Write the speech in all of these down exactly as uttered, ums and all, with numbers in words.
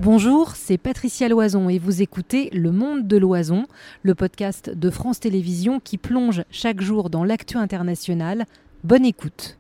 Bonjour, c'est Patricia Loison et vous écoutez Le Monde de l'Oison, le podcast de France Télévisions qui plonge chaque jour dans l'actu internationale. Bonne écoute.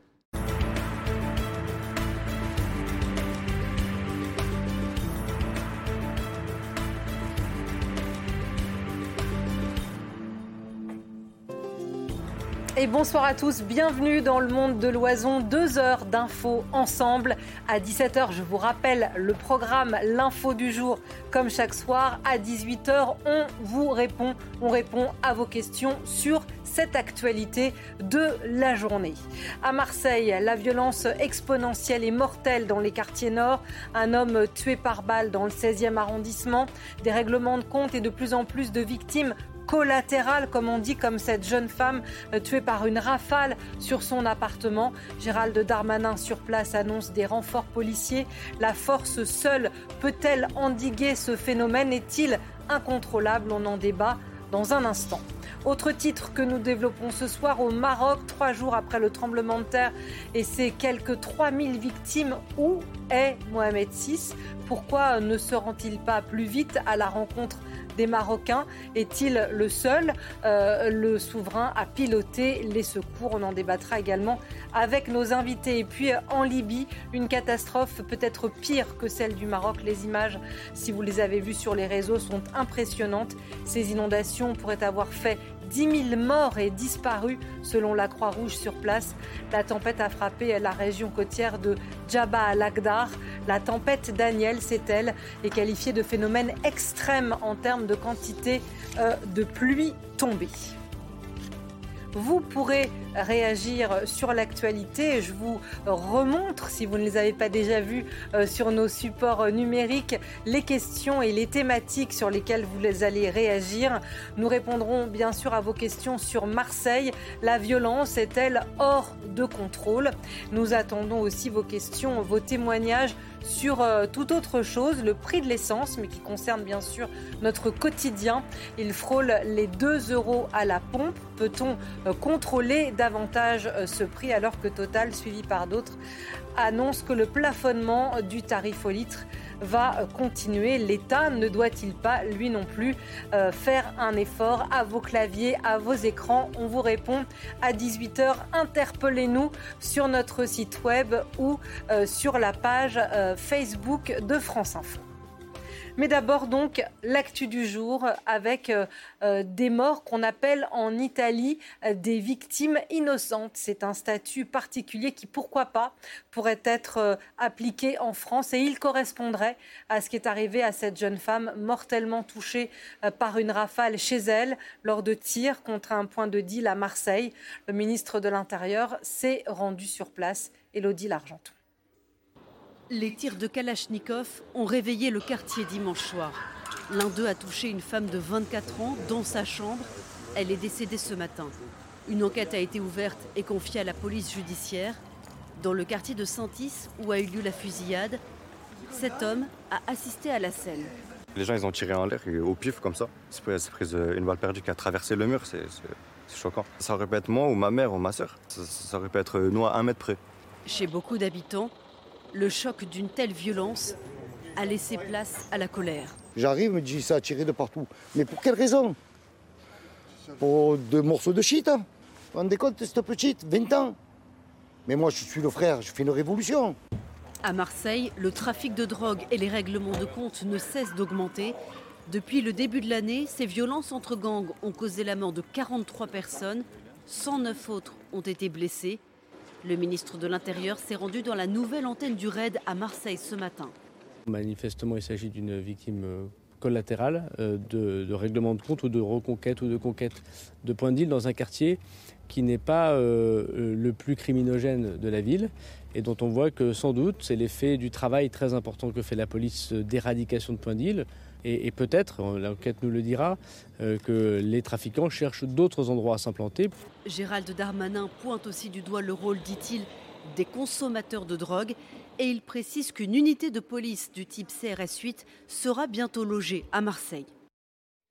Et bonsoir à tous, bienvenue dans Le Monde de l'Oison, deux heures d'infos ensemble. À dix-sept heures, je vous rappelle le programme, l'info du jour, comme chaque soir. À dix-huit heures, on vous répond, on répond à vos questions sur cette actualité de la journée. À Marseille, la violence exponentielle et mortelle dans les quartiers nord. Un homme tué par balle dans le seizième arrondissement. Des règlements de compte et de plus en plus de victimes collatérale, comme on dit, comme cette jeune femme euh, tuée par une rafale sur son appartement. Gérald Darmanin sur place annonce des renforts policiers. La force seule peut-elle endiguer ce phénomène? Est-il incontrôlable? On en débat dans un instant. Autre titre que nous développons ce soir au Maroc, trois jours après le tremblement de terre et ses quelques trois mille victimes. Où est Mohamed six? Pourquoi ne se rend-il pas plus vite à la rencontre des Marocains? Est-il le seul, euh, le souverain, à piloter les secours? On en débattra également avec nos invités. Et puis en Libye, une catastrophe peut-être pire que celle du Maroc. Les images, si vous les avez vues sur les réseaux, sont impressionnantes. Ces inondations pourraient avoir fait dix mille morts et disparus selon la Croix-Rouge sur place. La tempête a frappé la région côtière de Djaba al-Agdar. La tempête Daniel, c'est elle, est qualifiée de phénomène extrême en termes de quantité euh, de pluie tombée. Vous pourrez réagir sur l'actualité. Je vous remontre, si vous ne les avez pas déjà vus euh, sur nos supports numériques, les questions et les thématiques sur lesquelles vous allez réagir. Nous répondrons bien sûr à vos questions sur Marseille. La violence est-elle hors de contrôle? Nous attendons aussi vos questions, vos témoignages sur euh, toute autre chose, le prix de l'essence, mais qui concerne bien sûr notre quotidien. Il frôle les deux euros à la pompe. Peut-on euh, contrôler davantage euh, ce prix alors que Total, suivi par d'autres, annonce que le plafonnement du tarif au litre va euh, continuer? L'État ne doit-il pas, lui non plus, euh, faire un effort? À vos claviers, à vos écrans, on vous répond à dix-huit heures. Interpellez-nous sur notre site web ou euh, sur la page euh, Facebook de France Info. Mais d'abord donc l'actu du jour avec euh, euh, des morts qu'on appelle en Italie euh, des victimes innocentes. C'est un statut particulier qui, pourquoi pas, pourrait être euh, appliqué en France et il correspondrait à ce qui est arrivé à cette jeune femme mortellement touchée euh, par une rafale chez elle lors de tirs contre un point de deal à Marseille. Le ministre de l'Intérieur s'est rendu sur place. Élodie Largenton. Les tirs de Kalachnikov ont réveillé le quartier dimanche soir. L'un d'eux a touché une femme de vingt-quatre ans dans sa chambre. Elle est décédée ce matin. Une enquête a été ouverte et confiée à la police judiciaire. Dans le quartier de Saint-Is, où a eu lieu la fusillade, cet homme a assisté à la scène. Les gens ils ont tiré en l'air au pif comme ça. C'est pris une balle perdue qui a traversé le mur, c'est, c'est, c'est choquant. Ça aurait pu être moi ou ma mère ou ma soeur. Ça, ça aurait pu être nous à un mètre près. Chez beaucoup d'habitants, le choc d'une telle violence a laissé place à la colère. J'arrive, me dis ça a tiré de partout. Mais pour quelle raison? Pour deux morceaux de shit, hein. Vous vous rendez compte, cette petite, vingt ans. Mais moi, je suis le frère, je fais une révolution. À Marseille, le trafic de drogue et les règlements de compte ne cessent d'augmenter. Depuis le début de l'année, ces violences entre gangs ont causé la mort de quarante-trois personnes. cent neuf autres ont été blessés. Le ministre de l'Intérieur s'est rendu dans la nouvelle antenne du raid à Marseille ce matin. Manifestement, il s'agit d'une victime collatérale de, de règlement de compte ou de reconquête ou de conquête de point de deal dans un quartier qui n'est pas euh, le plus criminogène de la ville et dont on voit que sans doute c'est l'effet du travail très important que fait la police d'éradication de point de deal. Et, et peut-être, l'enquête nous le dira, euh, que les trafiquants cherchent d'autres endroits à s'implanter. Gérald Darmanin pointe aussi du doigt le rôle, dit-il, des consommateurs de drogue. Et il précise qu'une unité de police du type C R S huit sera bientôt logée à Marseille.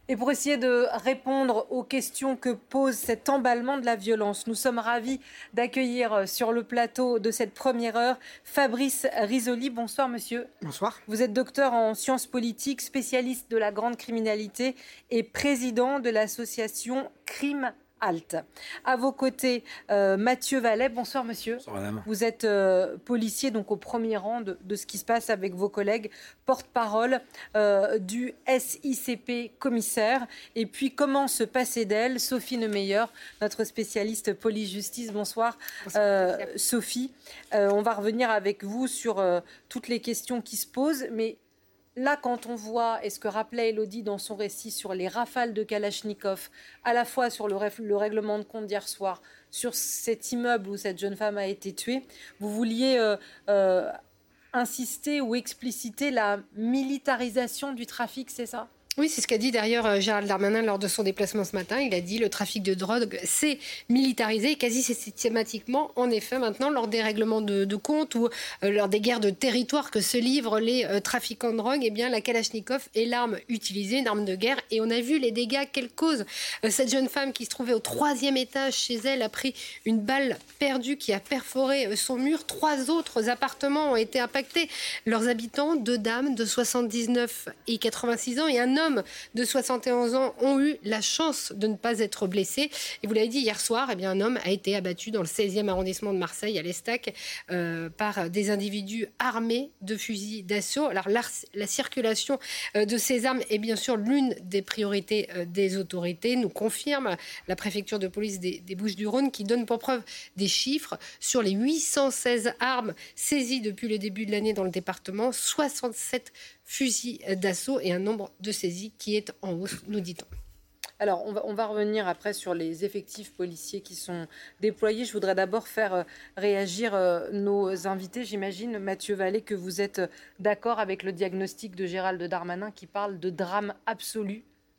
Et pour essayer de répondre aux questions que pose cet emballement de la violence, nous sommes ravis d'accueillir sur le plateau de cette première heure Fabrice Risoli. Bonsoir monsieur. Bonsoir. Vous êtes docteur en sciences politiques, spécialiste de la grande criminalité et président de l'association Crime Halte. À vos côtés, euh, Mathieu Vallet. Bonsoir monsieur. Bonsoir madame. Vous êtes euh, policier, donc au premier rang de, de ce qui se passe avec vos collègues, porte-parole euh, du S I C P commissaire. Et puis, comment se passer d'elle, Sophie Neumeyer, notre spécialiste police-justice. Bonsoir, euh, Sophie. Euh, on va revenir avec vous sur euh, toutes les questions qui se posent, mais là, quand on voit, et ce que rappelait Élodie dans son récit sur les rafales de Kalachnikov, à la fois sur le, le règlement de compte d'hier soir, sur cet immeuble où cette jeune femme a été tuée, vous vouliez euh, euh, insister ou expliciter la militarisation du trafic, c'est ça ? Oui, c'est ce qu'a dit d'ailleurs Gérald Darmanin lors de son déplacement ce matin. Il a dit le trafic de drogue s'est militarisé quasi systématiquement, en effet, maintenant, lors des règlements de, de compte ou euh, lors des guerres de territoire que se livrent les euh, trafiquants de drogue, eh bien, la Kalachnikov est l'arme utilisée, une arme de guerre. Et on a vu les dégâts qu'elle cause. Euh, cette jeune femme qui se trouvait au troisième étage chez elle a pris une balle perdue qui a perforé euh, son mur. Trois autres appartements ont été impactés. Leurs habitants, deux dames de soixante-dix-neuf et quatre-vingt-six ans et un homme de soixante et onze ans ont eu la chance de ne pas être blessés. Et vous l'avez dit, hier soir, eh bien, un homme a été abattu dans le seizième arrondissement de Marseille, à l'Estac, euh, par des individus armés de fusils d'assaut. Alors, la, la circulation euh, de ces armes est bien sûr l'une des priorités euh, des autorités, nous confirme la préfecture de police des, des Bouches-du-Rhône, qui donne pour preuve des chiffres. Sur les huit cent seize armes saisies depuis le début de l'année dans le département, soixante-sept fusils d'assaut et un nombre de saisies qui est en hausse, nous dit-on. Alors, on va, on va revenir après sur les effectifs policiers qui sont déployés. Je voudrais d'abord faire euh, réagir euh, nos invités. J'imagine, Mathieu Vallet, que vous êtes d'accord avec le diagnostic de Gérald Darmanin qui parle de drame absolu.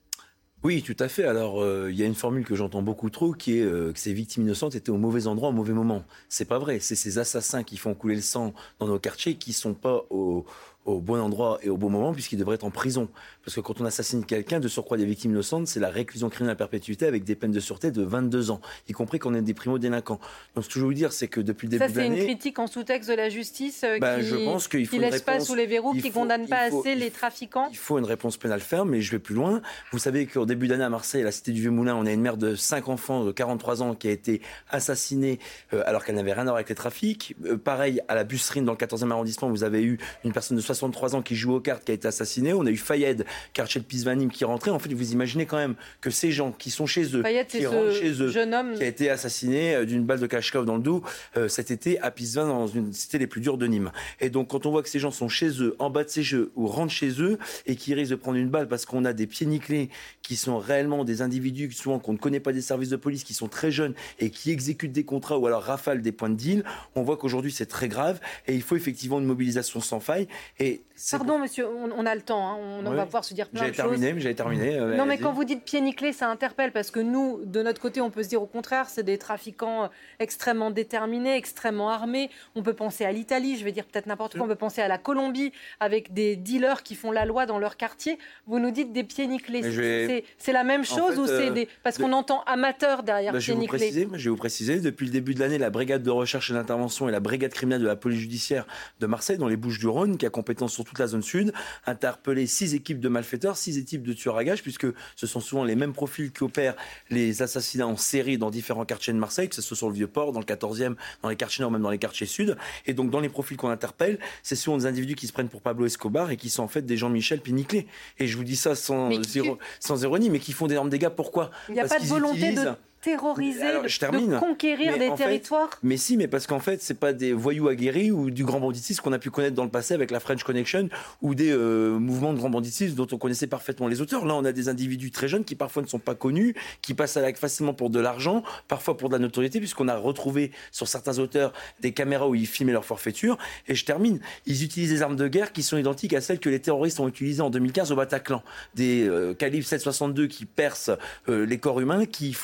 Oui, tout à fait. Alors, euh, il y a une formule que j'entends beaucoup trop, qui est euh, que ces victimes innocentes étaient au mauvais endroit, au mauvais moment. C'est pas vrai. C'est ces assassins qui font couler le sang dans nos quartiers qui sont pas au... au bon endroit et au bon moment, puisqu'il devrait être en prison. Parce que quand on assassine quelqu'un, de surcroît des victimes innocentes, c'est la réclusion criminelle à perpétuité avec des peines de sûreté de vingt-deux ans, y compris quand on est des primo-délinquants. Donc ce que je veux vous dire, c'est que depuis le début Ça, de l'année... Ça, c'est une critique en sous-texte de la justice euh, ben, qui je pense qu'il faut ne laisse réponse, pas sous les verrous, qui ne condamne pas faut, assez il, les trafiquants. Il faut une réponse pénale ferme, mais je vais plus loin. Vous savez qu'au début d'année à Marseille, à la cité du Vieux-Moulin, on a une mère de cinq enfants de quarante-trois ans qui a été assassinée euh, alors qu'elle n'avait rien à voir avec les trafics. Euh, pareil, à la Busserine, dans le quatorzième arrondissement, vous avez eu une personne de soixante-trois ans qui joue aux cartes, qui a été assassinée. On a eu Fayed, quartier de Pisvanim, qui est rentré. En fait, vous imaginez quand même que ces gens qui sont chez eux, Fayed, qui rentrent chez eux, jeune homme qui a été assassiné d'une balle de Kalachnikov dans le dos euh, cet été à Pisvan, dans une cité les plus dures de Nîmes. Et donc, quand on voit que ces gens sont chez eux, en bas de ces jeux, ou rentrent chez eux, et qui risquent de prendre une balle parce qu'on a des pieds nickelés, qui sont réellement des individus, souvent qu'on ne connaît pas des services de police, qui sont très jeunes et qui exécutent des contrats ou alors rafalent des points de deal, on voit qu'aujourd'hui, c'est très grave et il faut effectivement une mobilisation sans faille. Et Pardon, pour... monsieur, on, on a le temps, hein, on, on oui. va pouvoir se dire plein de choses. Terminé, j'avais terminé. Euh, non, mais quand vous dites pieds nickelés, ça interpelle parce que nous, de notre côté, on peut se dire au contraire, c'est des trafiquants extrêmement déterminés, extrêmement armés. On peut penser à l'Italie, je vais dire peut-être n'importe quoi, on peut penser à la Colombie avec des dealers qui font la loi dans leur quartier. Vous nous dites des pieds nickelés. Vais... C'est, c'est la même chose en fait, ou c'est euh, des... Parce de... qu'on entend amateur derrière bah, pieds je nickelés. Préciser, je vais vous préciser, depuis le début de l'année, la brigade de recherche et d'intervention et la brigade criminelle de la police judiciaire de Marseille, dans les Bouches-du-Rhône, qui a compétence sur toute la zone sud, interpellé six équipes de malfaiteurs, six équipes de tueurs à gages, puisque ce sont souvent les mêmes profils qui opèrent les assassinats en série dans différents quartiers de Marseille, que ce soit sur le Vieux-Port, dans le quatorzième, dans les quartiers nord, même dans les quartiers sud. Et donc, dans les profils qu'on interpelle, c'est souvent des individus qui se prennent pour Pablo Escobar et qui sont en fait des Jean-Michel Piniclé. Et je vous dis ça sans, zéro, sans ironie, mais qui font d'énormes dégâts. Pourquoi ? Il n'y a Parce pas de volonté utilisent... de... terroriser, Alors, je termine. de conquérir mais des territoires fait, Mais si, mais parce qu'en fait, c'est pas des voyous aguerris ou du grand banditisme qu'on a pu connaître dans le passé avec la French Connection ou des euh, mouvements de grand banditisme dont on connaissait parfaitement les auteurs. Là, on a des individus très jeunes qui parfois ne sont pas connus, qui passent à la, facilement pour de l'argent, parfois pour de la notoriété, puisqu'on a retrouvé sur certains auteurs des caméras où ils filmaient leur forfaiture. Et je termine. Ils utilisent des armes de guerre qui sont identiques à celles que les terroristes ont utilisées en deux mille quinze au Bataclan. Des euh, calibres sept soixante-deux qui percent euh, les corps humains, qui font d'énormes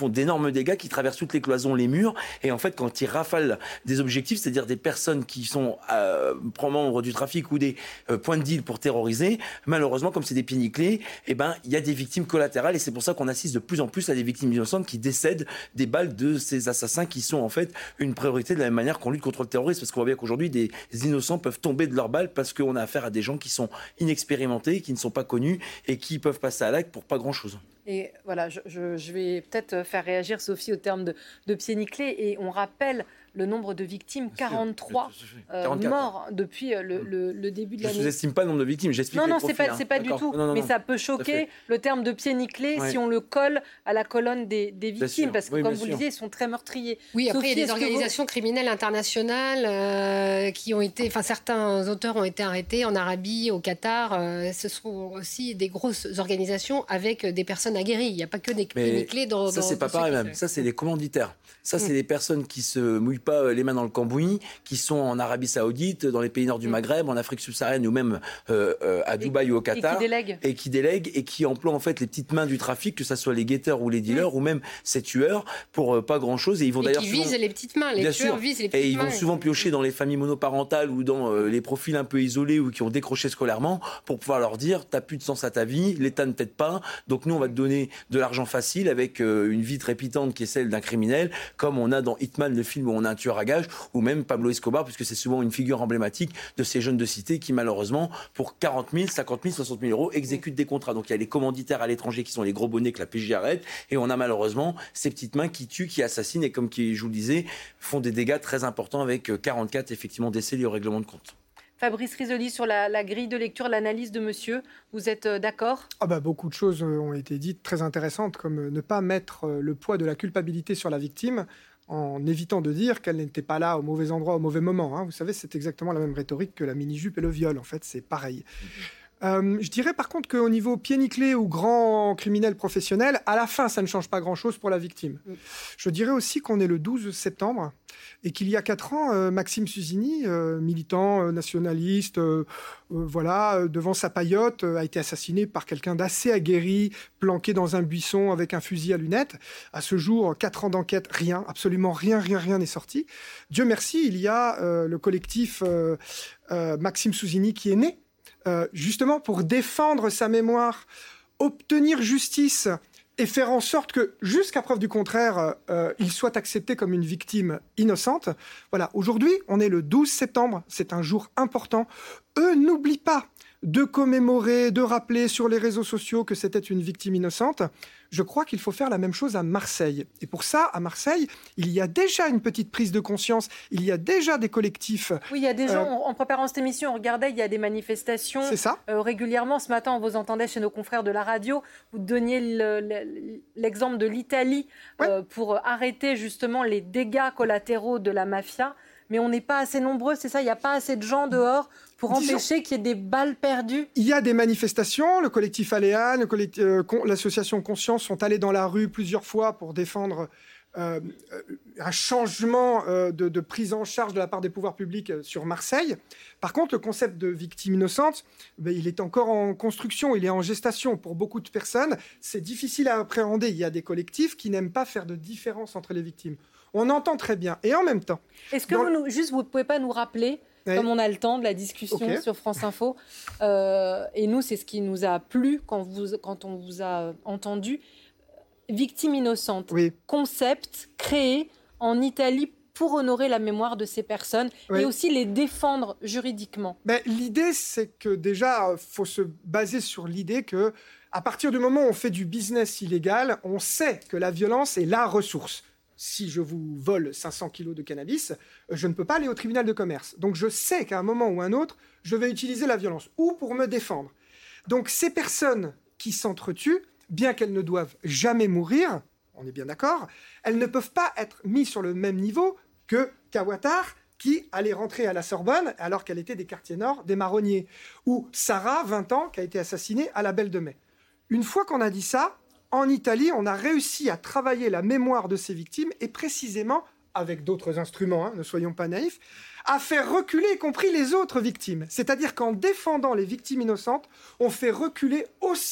d'énormes dégâts qui traversent toutes les cloisons, les murs. Et en fait, quand ils rafalent des objectifs, c'est-à-dire des personnes qui sont euh, membres du trafic ou des euh, points de deal pour terroriser, malheureusement, comme c'est des pieds nickelés, eh ben, il y a des victimes collatérales. Et c'est pour ça qu'on assiste de plus en plus à des victimes innocentes qui décèdent des balles de ces assassins qui sont en fait une priorité de la même manière qu'on lutte contre le terrorisme. Parce qu'on voit bien qu'aujourd'hui, des innocents peuvent tomber de leurs balles parce qu'on a affaire à des gens qui sont inexpérimentés, qui ne sont pas connus et qui peuvent passer à l'acte pour pas grand-chose. Et voilà, je, je, je vais peut-être faire réagir Sophie au terme de, de pieds nickelés. Et on rappelle le nombre de victimes, quarante-trois euh, morts depuis le, le, le début de l'année. Je ne sous-estime pas le nombre de victimes, j'explique Non, non, les profils, c'est pas, hein. c'est pas du tout. Non, non, mais non, ça peut choquer le terme de pieds nickelés ouais. si on le colle à la colonne des, des victimes. Parce que, oui, comme vous le disiez, ils sont très meurtriers. Oui, après, Sophie, il y a des organisations vous... criminelles internationales euh, qui ont été... Enfin, certains auteurs ont été arrêtés en Arabie, au Qatar. Euh, ce sont aussi des grosses organisations avec des personnes aguerries. Il n'y a pas que des pieds nickelés dans... Ça, dans, c'est pas pareil même. Ça, c'est les commanditaires. Ça, c'est des personnes qui se mouillent pas les mains dans le cambouis, qui sont en Arabie Saoudite, dans les pays nord du Maghreb, en Afrique subsaharienne ou même euh, euh, à Dubaï et, ou au Qatar. Et qui délèguent. Et qui délèguent et qui emploient en fait les petites mains du trafic, que ce soit les guetteurs ou les dealers mmh. ou même ces tueurs pour euh, pas grand-chose. Et ils vont et d'ailleurs qui souvent... visent les petites mains. Les Bien tueurs sûr. visent les petites mains. Et ils vont souvent piocher dans les familles monoparentales ou dans euh, les profils un peu isolés ou qui ont décroché scolairement pour pouvoir leur dire t'as plus de sens à ta vie, l'État ne t'aide pas, donc nous on va te donner de l'argent facile avec euh, une vie trépidante qui est celle d'un criminel, comme on a dans Hitman, le film où on a un tueur à gages, ou même Pablo Escobar, puisque c'est souvent une figure emblématique de ces jeunes de cité qui malheureusement pour quarante mille, cinquante mille, soixante mille euros exécutent des contrats. Donc il y a les commanditaires à l'étranger qui sont les gros bonnets que la P J arrête, et on a malheureusement ces petites mains qui tuent, qui assassinent et comme qui, je vous le disais, font des dégâts très importants avec quarante-quatre effectivement décès liés au règlement de compte. Fabrice Risoli, sur la, la grille de lecture, l'analyse de monsieur, vous êtes euh, d'accord ? ah bah, Beaucoup de choses ont été dites très intéressantes, comme ne pas mettre le poids de la culpabilité sur la victime, en évitant de dire qu'elle n'était pas là au mauvais endroit, au mauvais moment. Hein. Vous savez, c'est exactement la même rhétorique que la mini-jupe et le viol. En fait, c'est pareil. Mmh. Euh, je dirais par contre qu'au niveau pied nickelé ou grand criminel professionnel, à la fin, ça ne change pas grand-chose pour la victime. Mmh. Je dirais aussi qu'on est le douze septembre et qu'il y a quatre ans, euh, Maxime Susini, euh, militant euh, nationaliste, euh, euh, voilà, euh, devant sa paillote, euh, a été assassiné par quelqu'un d'assez aguerri, planqué dans un buisson avec un fusil à lunettes. À ce jour, quatre ans d'enquête, rien, absolument rien, rien, rien n'est sorti. Dieu merci, il y a euh, le collectif euh, euh, Maxime Susini qui est né, euh, justement pour défendre sa mémoire, obtenir justice et faire en sorte que, jusqu'à preuve du contraire, euh, il soit accepté comme une victime innocente. Voilà, aujourd'hui, on est le douze septembre, c'est un jour important. Eux n'oublient pas de commémorer, de rappeler sur les réseaux sociaux que c'était une victime innocente. Je crois qu'il faut faire la même chose à Marseille. Et pour ça, à Marseille, il y a déjà une petite prise de conscience, il y a déjà des collectifs. Oui, il y a des gens, euh, en préparant cette émission, on regardait, il y a des manifestations. C'est ça. Euh, régulièrement, ce matin, on vous entendait chez nos confrères de la radio, vous donniez le, le, l'exemple de l'Italie ouais. euh, pour arrêter justement les dégâts collatéraux de la mafia. Mais on n'est pas assez nombreux, c'est ça ? Il n'y a pas assez de gens dehors pour Disons, empêcher qu'il y ait des balles perdues ? Il y a des manifestations. Le collectif Aléa, le collectif, euh, con, l'association Conscience sont allés dans la rue plusieurs fois pour défendre euh, un changement euh, de, de prise en charge de la part des pouvoirs publics sur Marseille. Par contre, le concept de victime innocente, ben, il est encore en construction, il est en gestation pour beaucoup de personnes. C'est difficile à appréhender. Il y a des collectifs qui n'aiment pas faire de différence entre les victimes. On entend très bien. Et en même temps... Est-ce que vous, nous, juste, vous ne pouvez pas nous rappeler, oui. comme on a le temps de la discussion okay. sur France Info, euh, et nous, c'est ce qui nous a plu quand, vous, quand on vous a entendu, victime innocente, oui. concept créé en Italie pour honorer la mémoire de ces personnes oui. et aussi les défendre juridiquement. Ben, l'idée, c'est que déjà, il faut se baser sur l'idée que à partir du moment où on fait du business illégal, on sait que la violence est la ressource. Si je vous vole cinq cents kilos de cannabis, je ne peux pas aller au tribunal de commerce. Donc je sais qu'à un moment ou un autre, je vais utiliser la violence, ou pour me défendre. Donc ces personnes qui s'entretuent, bien qu'elles ne doivent jamais mourir, on est bien d'accord, elles ne peuvent pas être mises sur le même niveau que Kawatar, qui allait rentrer à la Sorbonne alors qu'elle était des quartiers nord, des marronniers, ou Sarah, vingt ans, qui a été assassinée à la Belle de Mai. Une fois qu'on a dit ça, en Italie, on a réussi à travailler la mémoire de ces victimes et précisément, avec d'autres instruments, hein, ne soyons pas naïfs, à faire reculer, y compris les autres victimes. C'est-à-dire qu'en défendant les victimes innocentes, on fait reculer aussi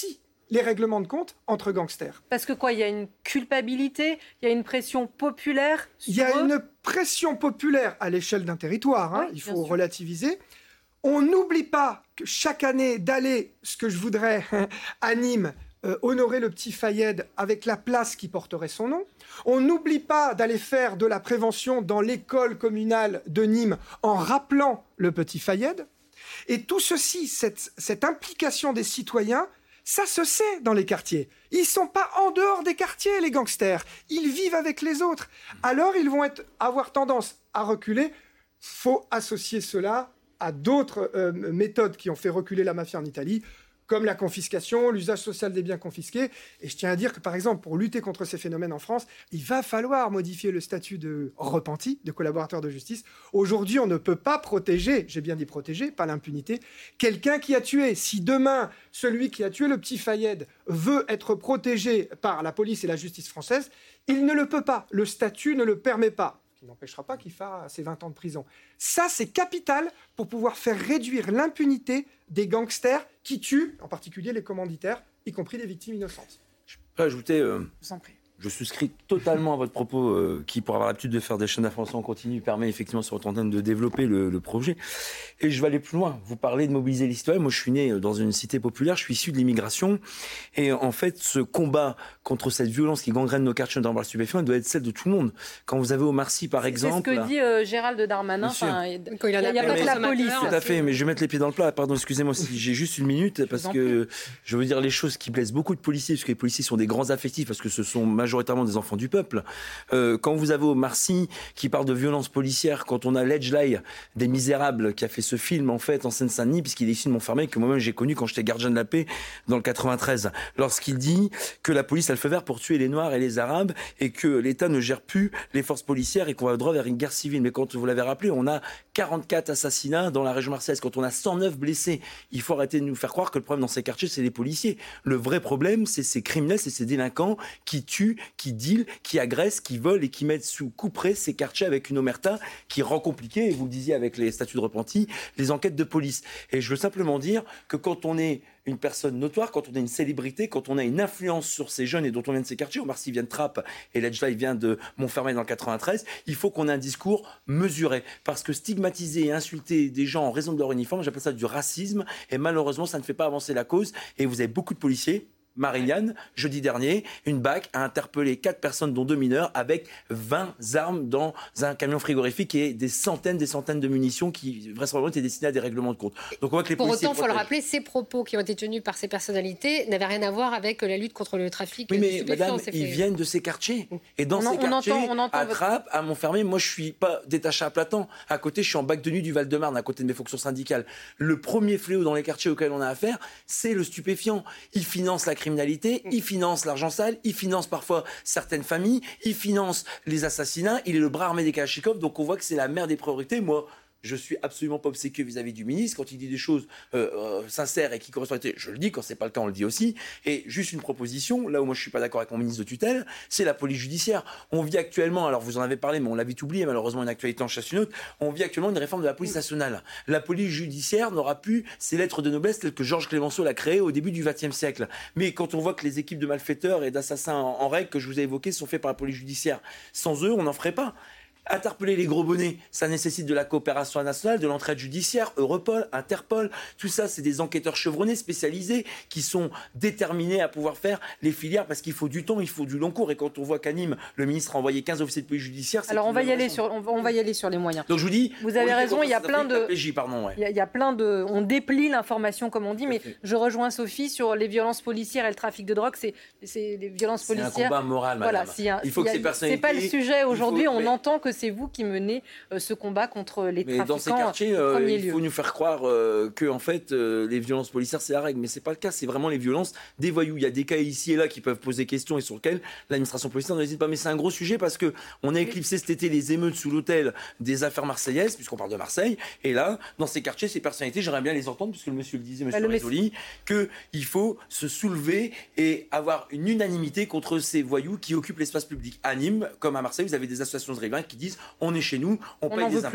les règlements de compte entre gangsters. Parce que quoi, il y a une culpabilité, il y a une pression populaire sur Il y a eux. une pression populaire à l'échelle d'un territoire, hein, Oui, il bien faut sûr. relativiser. On n'oublie pas que chaque année d'aller, ce que je voudrais, à Nîmes, euh, honorer le petit Fayed avec la place qui porterait son nom. On n'oublie pas d'aller faire de la prévention dans l'école communale de Nîmes en rappelant le petit Fayed. Et tout ceci, cette, cette implication des citoyens, ça se sait dans les quartiers. Ils ne sont pas en dehors des quartiers, les gangsters. Ils vivent avec les autres. Alors, ils vont être, avoir tendance à reculer. Il faut associer cela à d'autres euh, méthodes qui ont fait reculer la mafia en Italie, comme la confiscation, l'usage social des biens confisqués. Et je tiens à dire que, par exemple, pour lutter contre ces phénomènes en France, il va falloir modifier le statut de repenti, de collaborateur de justice. Aujourd'hui, on ne peut pas protéger, j'ai bien dit protéger, pas l'impunité, quelqu'un qui a tué. Si demain, celui qui a tué le petit Fayed veut être protégé par la police et la justice française, il ne le peut pas. Le statut ne le permet pas. Qui n'empêchera pas qu'il fasse ses vingt ans de prison. Ça, c'est capital pour pouvoir faire réduire l'impunité des gangsters qui tuent, en particulier les commanditaires, y compris des victimes innocentes. Je peux ajouter, euh, Je vous en prie. je souscris totalement à votre propos, euh, qui, pour avoir l'habitude de faire des chaînes d'information en continu, permet effectivement sur votre antenne de développer le, le projet. Et je vais aller plus loin. Vous parlez de mobiliser les citoyens. Moi, je suis né dans une cité populaire, je suis issu de l'immigration. Et en fait, ce combat contre cette violence qui gangrène nos quartiers dans le stupéfiant, doit être celle de tout le monde. Quand vous avez Omar Sy, par exemple... C'est ce que dit euh, Gérald Darmanin. Bien sûr. Enfin, il Quand il n'y en a, a il y a pas parlé que aux la consommateurs, police. Tout à fait, mais je vais mettre les pieds dans le plat. Pardon, excusez-moi si j'ai juste une minute, parce en que je veux dire les choses qui blessent beaucoup de policiers, parce que les policiers sont des grands affectifs, parce que ce sont majoritairement des enfants du peuple. Euh, quand vous avez Omar Sy qui parle de violence policière, quand on a Ledgeley des Misérables qui a fait ce film en fait en Seine-Saint-Denis, puisqu'il est issu de Montfermeil, que moi-même j'ai connu quand j'étais gardien de la paix dans le quatre-vingt-treize, lorsqu'il dit que la police a le feu vert pour tuer les Noirs et les Arabes et que l'État ne gère plus les forces policières et qu'on va droit vers une guerre civile. Mais quand vous l'avez rappelé, on a quarante-quatre assassinats dans la région marseillaise, quand on a cent neuf blessés. Il faut arrêter de nous faire croire que le problème dans ces quartiers, c'est les policiers. Le vrai problème, c'est ces criminels, c'est ces délinquants qui tuent, qui dealent, qui agressent, qui volent et qui mettent sous couperet ces quartiers avec une omerta qui rend compliqué, et vous le disiez avec les statuts de repenti, les enquêtes de police. Et je veux simplement dire que quand on est une personne notoire, quand on est une célébrité, quand on a une influence sur ces jeunes et dont on vient de ces quartiers, Omar Sy vient de Trappes et Ledgeley vient de Montfermeil dans le quatre-vingt-treize, il faut qu'on ait un discours mesuré. Parce que stigmatiser et insulter des gens en raison de leur uniforme, j'appelle ça du racisme, et malheureusement, ça ne fait pas avancer la cause. Et vous avez beaucoup de policiers. Marianne, jeudi dernier, une B A C a interpellé quatre personnes, dont deux mineurs, avec vingt armes dans un camion frigorifique et des centaines, des centaines de munitions qui, vraisemblablement, étaient destinées à des règlements de compte. Donc on voit que les Pour policiers autant, il faut le protègent. rappeler, ces propos qui ont été tenus par ces personnalités n'avaient rien à voir avec la lutte contre le trafic Oui, de mais stupéfiants. madame, C'est ils fait- viennent de ces quartiers. Et dans On ces en- on quartiers, entend- on entend à votre- Trappes, à Montfermeil, moi, je suis pas détaché à Platen. À côté, je suis en bac de nuit du Val-de-Marne, à côté de mes fonctions syndicales. Le premier fléau dans les quartiers auxquels on a affaire, c'est le stupéfiant. Il finance la criminalité, il finance l'argent sale, il finance parfois certaines familles, il finance les assassinats, il est le bras armé des Kalachnikov, donc on voit que c'est la mère des priorités. Moi, je suis absolument pas obséquieux vis-à-vis du ministre. Quand il dit des choses euh, euh, sincères et qui correspondent à la vérité, je le dis. Quand c'est pas le cas, on le dit aussi. Et juste une proposition, là où moi je suis pas d'accord avec mon ministre de tutelle, c'est la police judiciaire. On vit actuellement, alors vous en avez parlé, mais on l'a vite oublié, malheureusement une actualité en chasse une autre, on vit actuellement une réforme de la police nationale. La police judiciaire n'aura plus ses lettres de noblesse telles que Georges Clémenceau l'a créé au début du vingtième siècle. Mais quand on voit que les équipes de malfaiteurs et d'assassins en, en règle que je vous ai évoquées sont faites par la police judiciaire, sans eux, on n'en ferait pas. Interpeller les gros bonnets, ça nécessite de la coopération nationale, de l'entraide judiciaire, Europol, Interpol. Tout ça, c'est des enquêteurs chevronnés, spécialisés, qui sont déterminés à pouvoir faire les filières parce qu'il faut du temps, il faut du long cours. Et quand on voit qu'à Nîmes, le ministre a envoyé quinze officiers de police judiciaire... c'est Alors on une va y bonne aller raison. sur, on va, on va y aller sur les moyens. Donc je vous dis... Vous avez raison, il y a plein de- P J, pardon, ouais. Il y, a, il y a plein de, on déplie l'information comme on dit, mais fait. je rejoins Sophie sur les violences policières et le trafic de drogue. C'est, c'est les violences C'est un policières. combat moral, madame. Voilà, s'il y a- il faut s'il y que a- ces personnalités... C'est pas le sujet aujourd'hui. il faut- On mais- entend que c'est vous qui menez euh, ce combat contre les Mais dans ces trafiquants quartiers, en euh, premier il lieu. faut nous faire croire euh, que en fait, euh, les violences policières, c'est la règle. Mais c'est pas le cas. C'est vraiment les violences des voyous. Il y a des cas ici et là qui peuvent poser question et sur lesquels l'administration policière n'hésite pas. Mais c'est un gros sujet parce que on a éclipsé cet été les émeutes sous l'hôtel des affaires marseillaises, puisqu'on parle de Marseille. Et là, dans ces quartiers, ces personnalités, j'aimerais bien les entendre, puisque le monsieur le disait, monsieur Bah, le Rizzoli, qu'il faut se soulever et avoir une unanimité contre ces voyous qui occupent l'espace public. À Nîmes, comme à Marseille, vous avez des associations de riverains qui disent on est chez nous, on, On paye n'en des veut impôts. plus.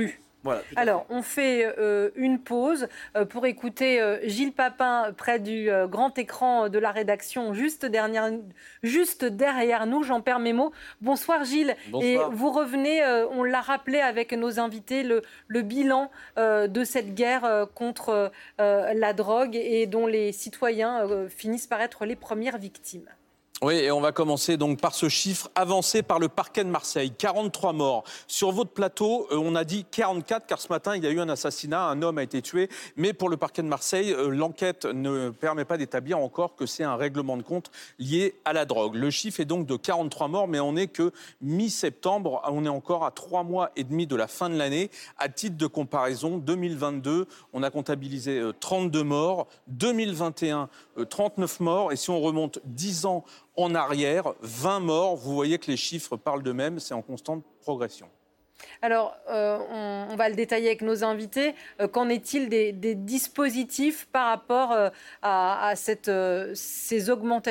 Voilà, Alors, on fait euh, une pause euh, pour écouter euh, Gilles Papin près du euh, grand écran de la rédaction, juste derrière, juste derrière nous. J'en perds mes mots. Bonsoir Gilles. Bonsoir. Et vous revenez, euh, on l'a rappelé avec nos invités, le, le bilan euh, de cette guerre euh, contre euh, la drogue et dont les citoyens euh, finissent par être les premières victimes. Oui, et on va commencer donc par ce chiffre avancé par le parquet de Marseille. quarante-trois morts. Sur votre plateau, euh, on a dit quarante-quatre, car ce matin, il y a eu un assassinat, un homme a été tué. Mais pour le parquet de Marseille, euh, l'enquête ne permet pas d'établir encore que c'est un règlement de compte lié à la drogue. Le chiffre est donc de quarante-trois morts, mais on n'est que mi-septembre. On est encore à trois mois et demi de la fin de l'année. À titre de comparaison, deux mille vingt-deux, on a comptabilisé euh, trente-deux morts. deux mille vingt et un, euh, trente-neuf morts. Et si on remonte dix ans en arrière, vingt morts. Vous voyez que les chiffres parlent d'eux-mêmes, c'est en constante progression. Alors, euh, on, on va le détailler avec nos invités. Euh, qu'en est-il des, des dispositifs par rapport euh, à, à cette, euh, ces augmentations ?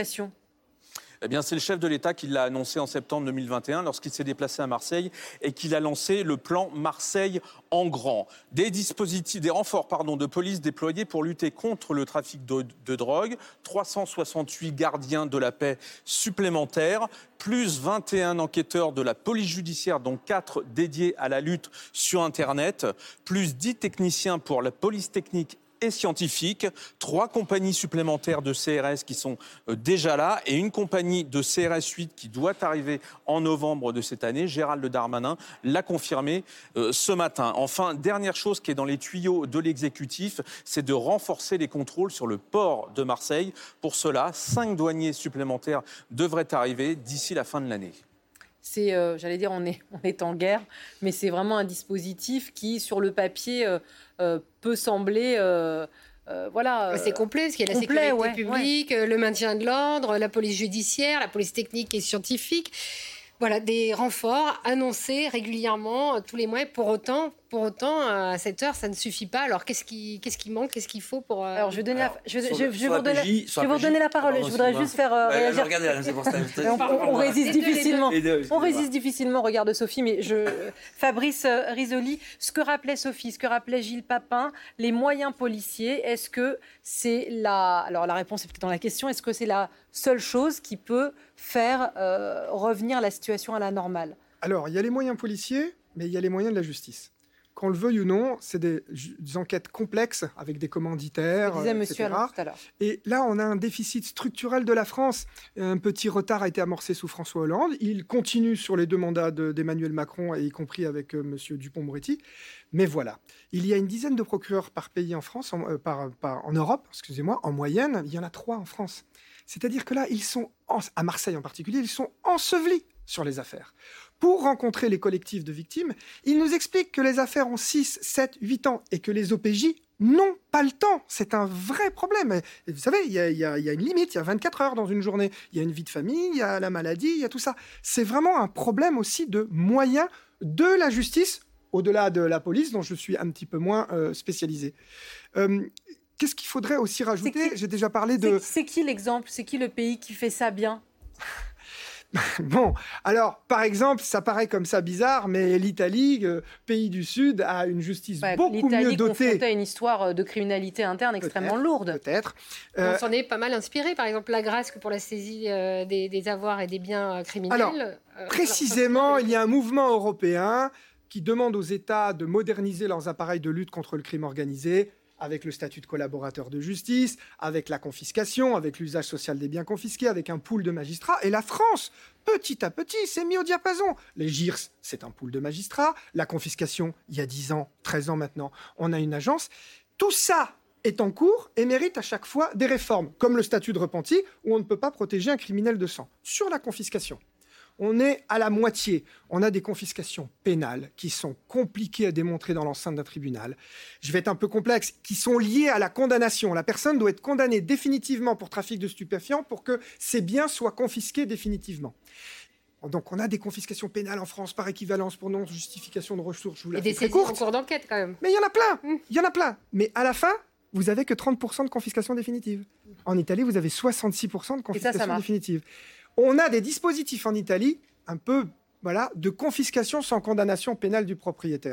Eh bien, c'est le chef de l'État qui l'a annoncé en septembre deux mille vingt et un lorsqu'il s'est déplacé à Marseille et qu'il a lancé le plan Marseille en grand. Des dispositifs, des renforts pardon, de police déployés pour lutter contre le trafic de, de drogue, trois cent soixante-huit gardiens de la paix supplémentaires, plus vingt et un enquêteurs de la police judiciaire, dont quatre dédiés à la lutte sur Internet, plus dix techniciens pour la police technique et scientifiques, trois compagnies supplémentaires de C R S qui sont déjà là et une compagnie de C R S huit qui doit arriver en novembre de cette année. Gérald Darmanin l'a confirmé euh, ce matin. Enfin, dernière chose qui est dans les tuyaux de l'exécutif, c'est de renforcer les contrôles sur le port de Marseille. Pour cela, cinq douaniers supplémentaires devraient arriver d'ici la fin de l'année. C'est, euh, j'allais dire, on est, on est en guerre, mais c'est vraiment un dispositif qui, sur le papier, euh, euh, peut sembler... Euh, euh, voilà, c'est complet, parce qu'il y a la complet, sécurité ouais, publique, ouais. le maintien de l'ordre, la police judiciaire, la police technique et scientifique. Voilà, des renforts annoncés régulièrement tous les mois. Et pour autant, pour autant, à cette heure, ça ne suffit pas. Alors, qu'est-ce qui, qu'est-ce qui manque? Qu'est-ce qu'il faut pour... Euh... Alors, je vais, donner Alors, la, je, je, sur je, le, je vais vous donner, P J, je vais vous donner la parole. Pardon, je voudrais juste faire euh, ouais, réagir. Regardez, là, c'est pour ça. on, on, on résiste difficilement. deux, on résiste difficilement, regarde Sophie. Mais je, Fabrice Risoli, ce que rappelait Sophie, ce que rappelait Gilles Papin, les moyens policiers, est-ce que c'est la... Alors, la réponse est peut-être dans la question. Est-ce que c'est la seule chose qui peut faire euh, revenir la situation à la normale? Alors, il y a les moyens policiers, mais il y a les moyens de la justice. Qu'on le veuille ou non, c'est des, des enquêtes complexes avec des commanditaires, disait euh, monsieur et cetera. Alain tout à l'heure. Et là, on a un déficit structurel de la France. Un petit retard a été amorcé sous François Hollande. Il continue sur les deux mandats de, d'Emmanuel Macron, et y compris avec euh, monsieur Dupond-Moretti. Mais voilà, il y a une dizaine de procureurs par pays en France, en, euh, par, par, en Europe, excusez-moi, en moyenne, il y en a trois en France. C'est-à-dire que là, ils sont, en, à Marseille en particulier, ils sont ensevelis sur les affaires. Pour rencontrer les collectifs de victimes, ils nous expliquent que les affaires ont six, sept, huit ans et que les O P J n'ont pas le temps. C'est un vrai problème. Et vous savez, il y, y, y a une limite, il y a vingt-quatre heures dans une journée. Il y a une vie de famille, il y a la maladie, il y a tout ça. C'est vraiment un problème aussi de moyens de la justice, au-delà de la police, dont je suis un petit peu moins euh, spécialisé. Euh, Qu'est-ce qu'il faudrait aussi rajouter? J'ai déjà parlé de... C'est, c'est qui l'exemple? C'est qui le pays qui fait ça bien? Bon, alors, par exemple, ça paraît comme ça bizarre, mais l'Italie, euh, pays du Sud, a une justice ouais, beaucoup mieux dotée. L'Italie à une histoire de criminalité interne extrêmement peut-être, lourde. Peut-être. Euh, On s'en est pas mal inspiré. Par exemple, la Grâce pour la saisie euh, des, des avoirs et des biens criminels. Alors, euh, précisément, alors, il y a un mouvement européen qui demande aux États de moderniser leurs appareils de lutte contre le crime organisé, avec le statut de collaborateur de justice, avec la confiscation, avec l'usage social des biens confisqués, avec un pool de magistrats. Et la France, petit à petit, s'est mis au diapason. Les G I R S, c'est un pool de magistrats. La confiscation, il y a dix ans, treize ans maintenant, on a une agence. Tout ça est en cours et mérite à chaque fois des réformes, comme le statut de repenti, où on ne peut pas protéger un criminel de sang. Sur la confiscation, on est à la moitié. On a des confiscations pénales qui sont compliquées à démontrer dans l'enceinte d'un tribunal. Je vais être un peu complexe, qui sont liées à la condamnation. La personne doit être condamnée définitivement pour trafic de stupéfiants pour que ses biens soient confisqués définitivement. Donc on a des confiscations pénales en France par équivalence pour non-justification de ressources. Je vous la Et des saisies en cours d'enquête quand même. Mais il y en a plein, mmh. il y en a plein. Mais à la fin, vous avez que trente pour cent de confiscation définitive. En Italie, vous avez soixante-six pour cent de confiscation ça, ça définitive. On a des dispositifs en Italie, un peu, voilà, de confiscation sans condamnation pénale du propriétaire.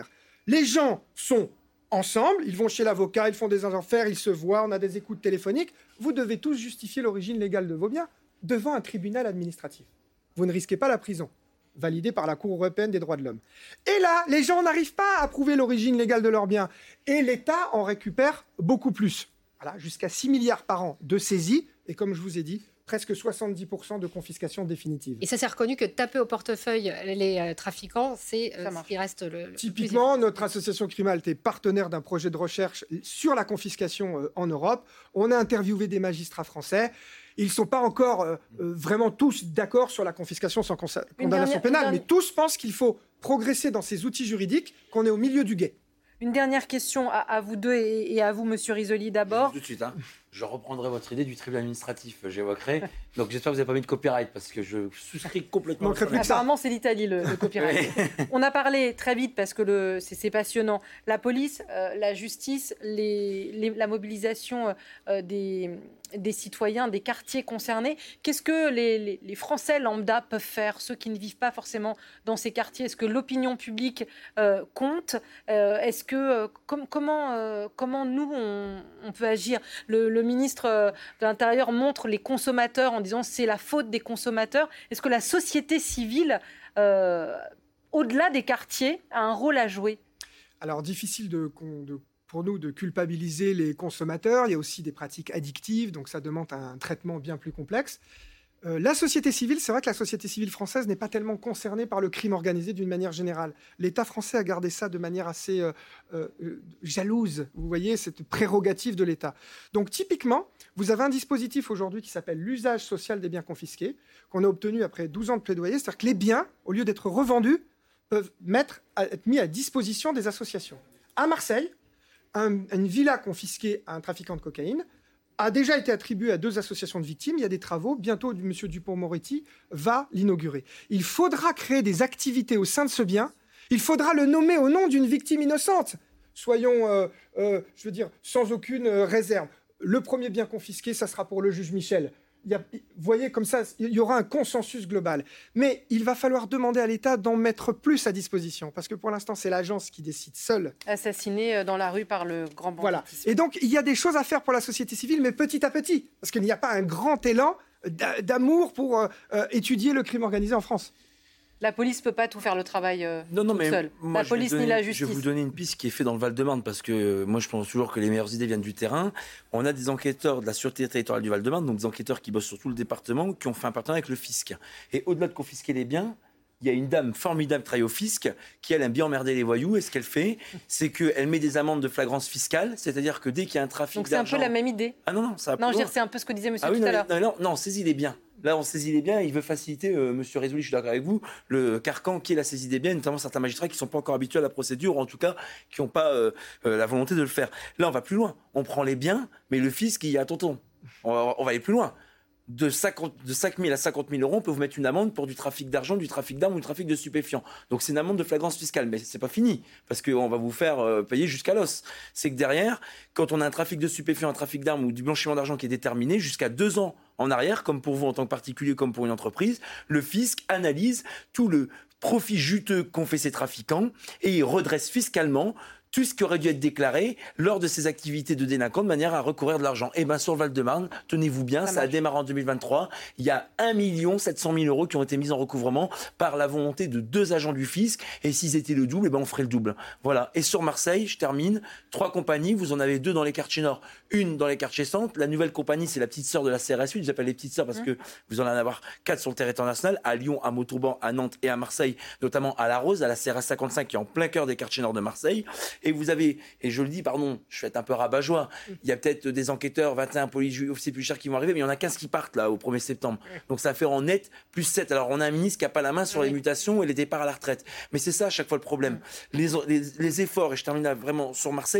Les gens sont ensemble, ils vont chez l'avocat, ils font des affaires, ils se voient, on a des écoutes téléphoniques. Vous devez tous justifier l'origine légale de vos biens devant un tribunal administratif. Vous ne risquez pas la prison, validée par la Cour européenne des droits de l'homme. Et là, les gens n'arrivent pas à prouver l'origine légale de leurs biens. Et l'État en récupère beaucoup plus. Voilà, jusqu'à six milliards par an de saisies. Et comme je vous ai dit, presque soixante-dix pour cent de confiscation définitive. Et ça s'est reconnu que taper au portefeuille les euh, trafiquants, c'est euh, ce qui reste le, le Typiquement, notre association Crimalt est partenaire d'un projet de recherche sur la confiscation euh, en Europe. On a interviewé des magistrats français. Ils ne sont pas encore euh, euh, vraiment tous d'accord sur la confiscation sans consa- condamnation dernière, pénale, dernière... mais tous pensent qu'il faut progresser dans ces outils juridiques, qu'on est au milieu du gué. Une dernière question à, à vous deux et, et à vous, Monsieur Risoli, d'abord. Tout de suite, hein. Je reprendrai votre idée du tribunal administratif, j'évoquerai. Donc j'espère que vous n'avez pas mis de copyright, parce que je souscris complètement. Non, à ça. Apparemment, c'est l'Italie, le, le copyright. On a parlé très vite, parce que le, c'est, c'est passionnant. La police, euh, la justice, les, les, la mobilisation euh, des, des citoyens, des quartiers concernés. Qu'est-ce que les, les, les Français lambda peuvent faire, ceux qui ne vivent pas forcément dans ces quartiers? Est-ce que l'opinion publique euh, compte? euh, Est-ce que, euh, com- comment, euh, comment nous, on, on peut agir? le, le Le ministre de l'Intérieur montre les consommateurs en disant c'est la faute des consommateurs. Est-ce que la société civile, euh, au-delà des quartiers, a un rôle à jouer? Alors, difficile de, de, pour nous de culpabiliser les consommateurs. Il y a aussi des pratiques addictives, donc ça demande un traitement bien plus complexe. Euh, la société civile, c'est vrai que la société civile française n'est pas tellement concernée par le crime organisé d'une manière générale. L'État français a gardé ça de manière assez euh, euh, jalouse. Vous voyez, cette prérogative de l'État. Donc typiquement, vous avez un dispositif aujourd'hui qui s'appelle l'usage social des biens confisqués, qu'on a obtenu après douze ans de plaidoyer. C'est-à-dire que les biens, au lieu d'être revendus, peuvent mettre à, être mis à disposition des associations. À Marseille, un, une villa confisquée à un trafiquant de cocaïne a déjà été attribué à deux associations de victimes. Il y a des travaux. Bientôt, M. Dupond-Moretti va l'inaugurer. Il faudra créer des activités au sein de ce bien. Il faudra le nommer au nom d'une victime innocente. Soyons, euh, euh, je veux dire, sans aucune euh, réserve. Le premier bien confisqué, ça sera pour le juge Michel. Il y a, vous voyez, comme ça, il y aura un consensus global. Mais il va falloir demander à l'État d'en mettre plus à disposition, parce que pour l'instant, c'est l'agence qui décide seule. Assassiné dans la rue par le grand banditisme. Voilà. Et donc, il y a des choses à faire pour la société civile, mais petit à petit, parce qu'il n'y a pas un grand élan d'amour pour euh, euh, étudier le crime organisé en France. La police ne peut pas tout faire le travail euh, non, non, toute mais seule. Moi, la police donner, ni la justice. Je vais vous donner une piste qui est faite dans le Val-de-Marne, parce que euh, moi, je pense toujours que les meilleures idées viennent du terrain. On a des enquêteurs de la Sûreté territoriale du Val-de-Marne, donc des enquêteurs qui bossent sur tout le département, qui ont fait un partenariat avec le fisc. Et au-delà de confisquer les biens, il y a une dame formidable qui travaille au fisc, qui elle aime bien emmerder les voyous. Et ce qu'elle fait, c'est qu'elle met des amendes de flagrance fiscale, c'est-à-dire que dès qu'il y a un trafic Donc c'est un d'argent... peu la même idée. Ah non, non, ça. Non, je veux dire, c'est un peu ce que disait Monsieur ah, oui, tout non, à l'heure. Non, non, non, on saisit les biens. Là, on saisit les biens. Il veut faciliter, euh, Monsieur Risoli, je suis d'accord avec vous, le carcan qui est la saisie des biens, notamment certains magistrats qui ne sont pas encore habitués à la procédure, ou en tout cas qui n'ont pas euh, euh, la volonté de le faire. Là, on va plus loin. On prend les biens, mais le fisc, il y a tonton. On va, on va aller plus loin. De, cinquante, de cinq mille à cinquante mille euros, on peut vous mettre une amende pour du trafic d'argent, du trafic d'armes ou du trafic de stupéfiants. Donc c'est une amende de flagrance fiscale, mais c'est pas fini, parce qu'on va vous faire euh, payer jusqu'à l'os. C'est que derrière, quand on a un trafic de stupéfiants, un trafic d'armes ou du blanchiment d'argent qui est déterminé, jusqu'à deux ans en arrière, comme pour vous en tant que particulier, comme pour une entreprise, le fisc analyse tout le profit juteux qu'ont fait ces trafiquants et il redresse fiscalement tout ce qui aurait dû être déclaré lors de ces activités de délinquants de manière à recourir de l'argent. Et bien sur le Val-de-Marne, tenez-vous bien, ça, ça a démarré en deux mille vingt-trois. Il y a un million sept cent mille euros qui ont été mis en recouvrement par la volonté de deux agents du fisc. Et s'ils étaient le double, et ben on ferait le double. Voilà. Et sur Marseille, je termine, trois compagnies, vous en avez deux dans les quartiers nord, une dans les quartiers centre. La nouvelle compagnie, c'est la petite sœur de la C R S U. Ils appellent les petites sœurs parce mmh. que vous en allez en avoir quatre sur le territoire national, à Lyon, à Montauban, à Nantes et à Marseille, notamment à La Rose, à la C R S cinquante-cinq qui est en plein cœur des quartiers nord de Marseille. Et vous avez, et je le dis, pardon, je vais être un peu rabat-joie, il y a peut-être des enquêteurs, vingt et un policiers officiers plus chers qui vont arriver, mais il y en a quinze qui partent là au premier septembre. Donc ça fait en net plus sept. Alors on a un ministre qui n'a pas la main sur les mutations et les départs à la retraite. Mais c'est ça à chaque fois le problème. Les, les, les efforts, et je termine là vraiment sur Marseille, sont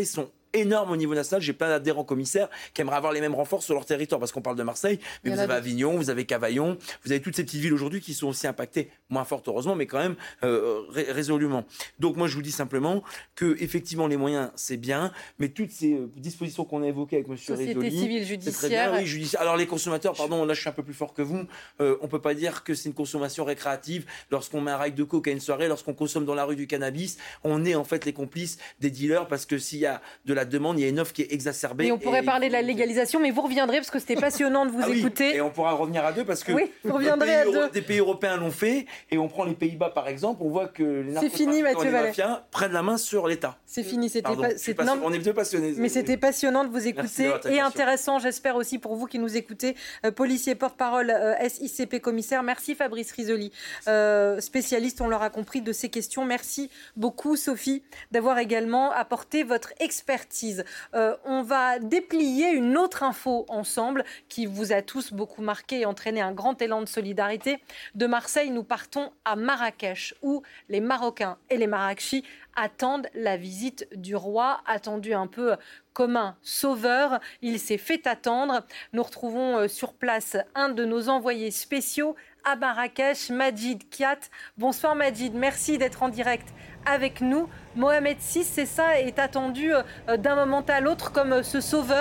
énorme au niveau national. J'ai plein d'adhérents commissaires qui aimeraient avoir les mêmes renforts sur leur territoire, parce qu'on parle de Marseille, mais vous avez Avignon, vous avez Cavaillon, vous avez toutes ces petites villes aujourd'hui qui sont aussi impactées, moins fortes heureusement, mais quand même euh, ré- résolument. Donc moi je vous dis simplement que effectivement les moyens c'est bien, mais toutes ces euh, dispositions qu'on a évoquées avec M. Société Risoli, civile, c'est très bien. judiciaire. Oui, judiciaire. Alors les consommateurs, pardon, là je suis un peu plus fort que vous, euh, on peut pas dire que c'est une consommation récréative. Lorsqu'on met un rail de coke à une soirée, lorsqu'on consomme dans la rue du cannabis, on est en fait les complices des dealers, parce que s'il y a de la demande, il y a une offre qui est exacerbée. Et on pourrait et... parler de la légalisation, mais vous reviendrez parce que c'était passionnant de vous ah oui, écouter. Et on pourra revenir à deux parce que oui, vous reviendrez des, pays, à deux. des pays européens l'ont fait, et on prend les Pays-Bas par exemple, on voit que les narcotrafiquants et les mafias prennent la main sur l'État. C'est fini, c'était Pardon, pas, c'est pas... Non, on est deux passionnés. Mais c'était passionnant de vous écouter de et intéressant, j'espère aussi pour vous qui nous écoutez. Euh, policier porte-parole euh, S I C P commissaire, merci Fabrice Risoli, euh, spécialiste, on l'aura compris, de ces questions. Merci beaucoup Sophie d'avoir également apporté votre expertise. Euh, on va déplier une autre info ensemble qui vous a tous beaucoup marqué et entraîné un grand élan de solidarité. De Marseille, nous partons à Marrakech où les Marocains et les Marrakechis attendent la visite du roi, attendu un peu comme un sauveur. Il s'est fait attendre. Nous retrouvons sur place un de nos envoyés spéciaux à Marrakech, Majid Kiat. Bonsoir Majid, merci d'être en direct avec nous. Mohamed six, c'est ça, est attendu d'un moment à l'autre comme ce sauveur ?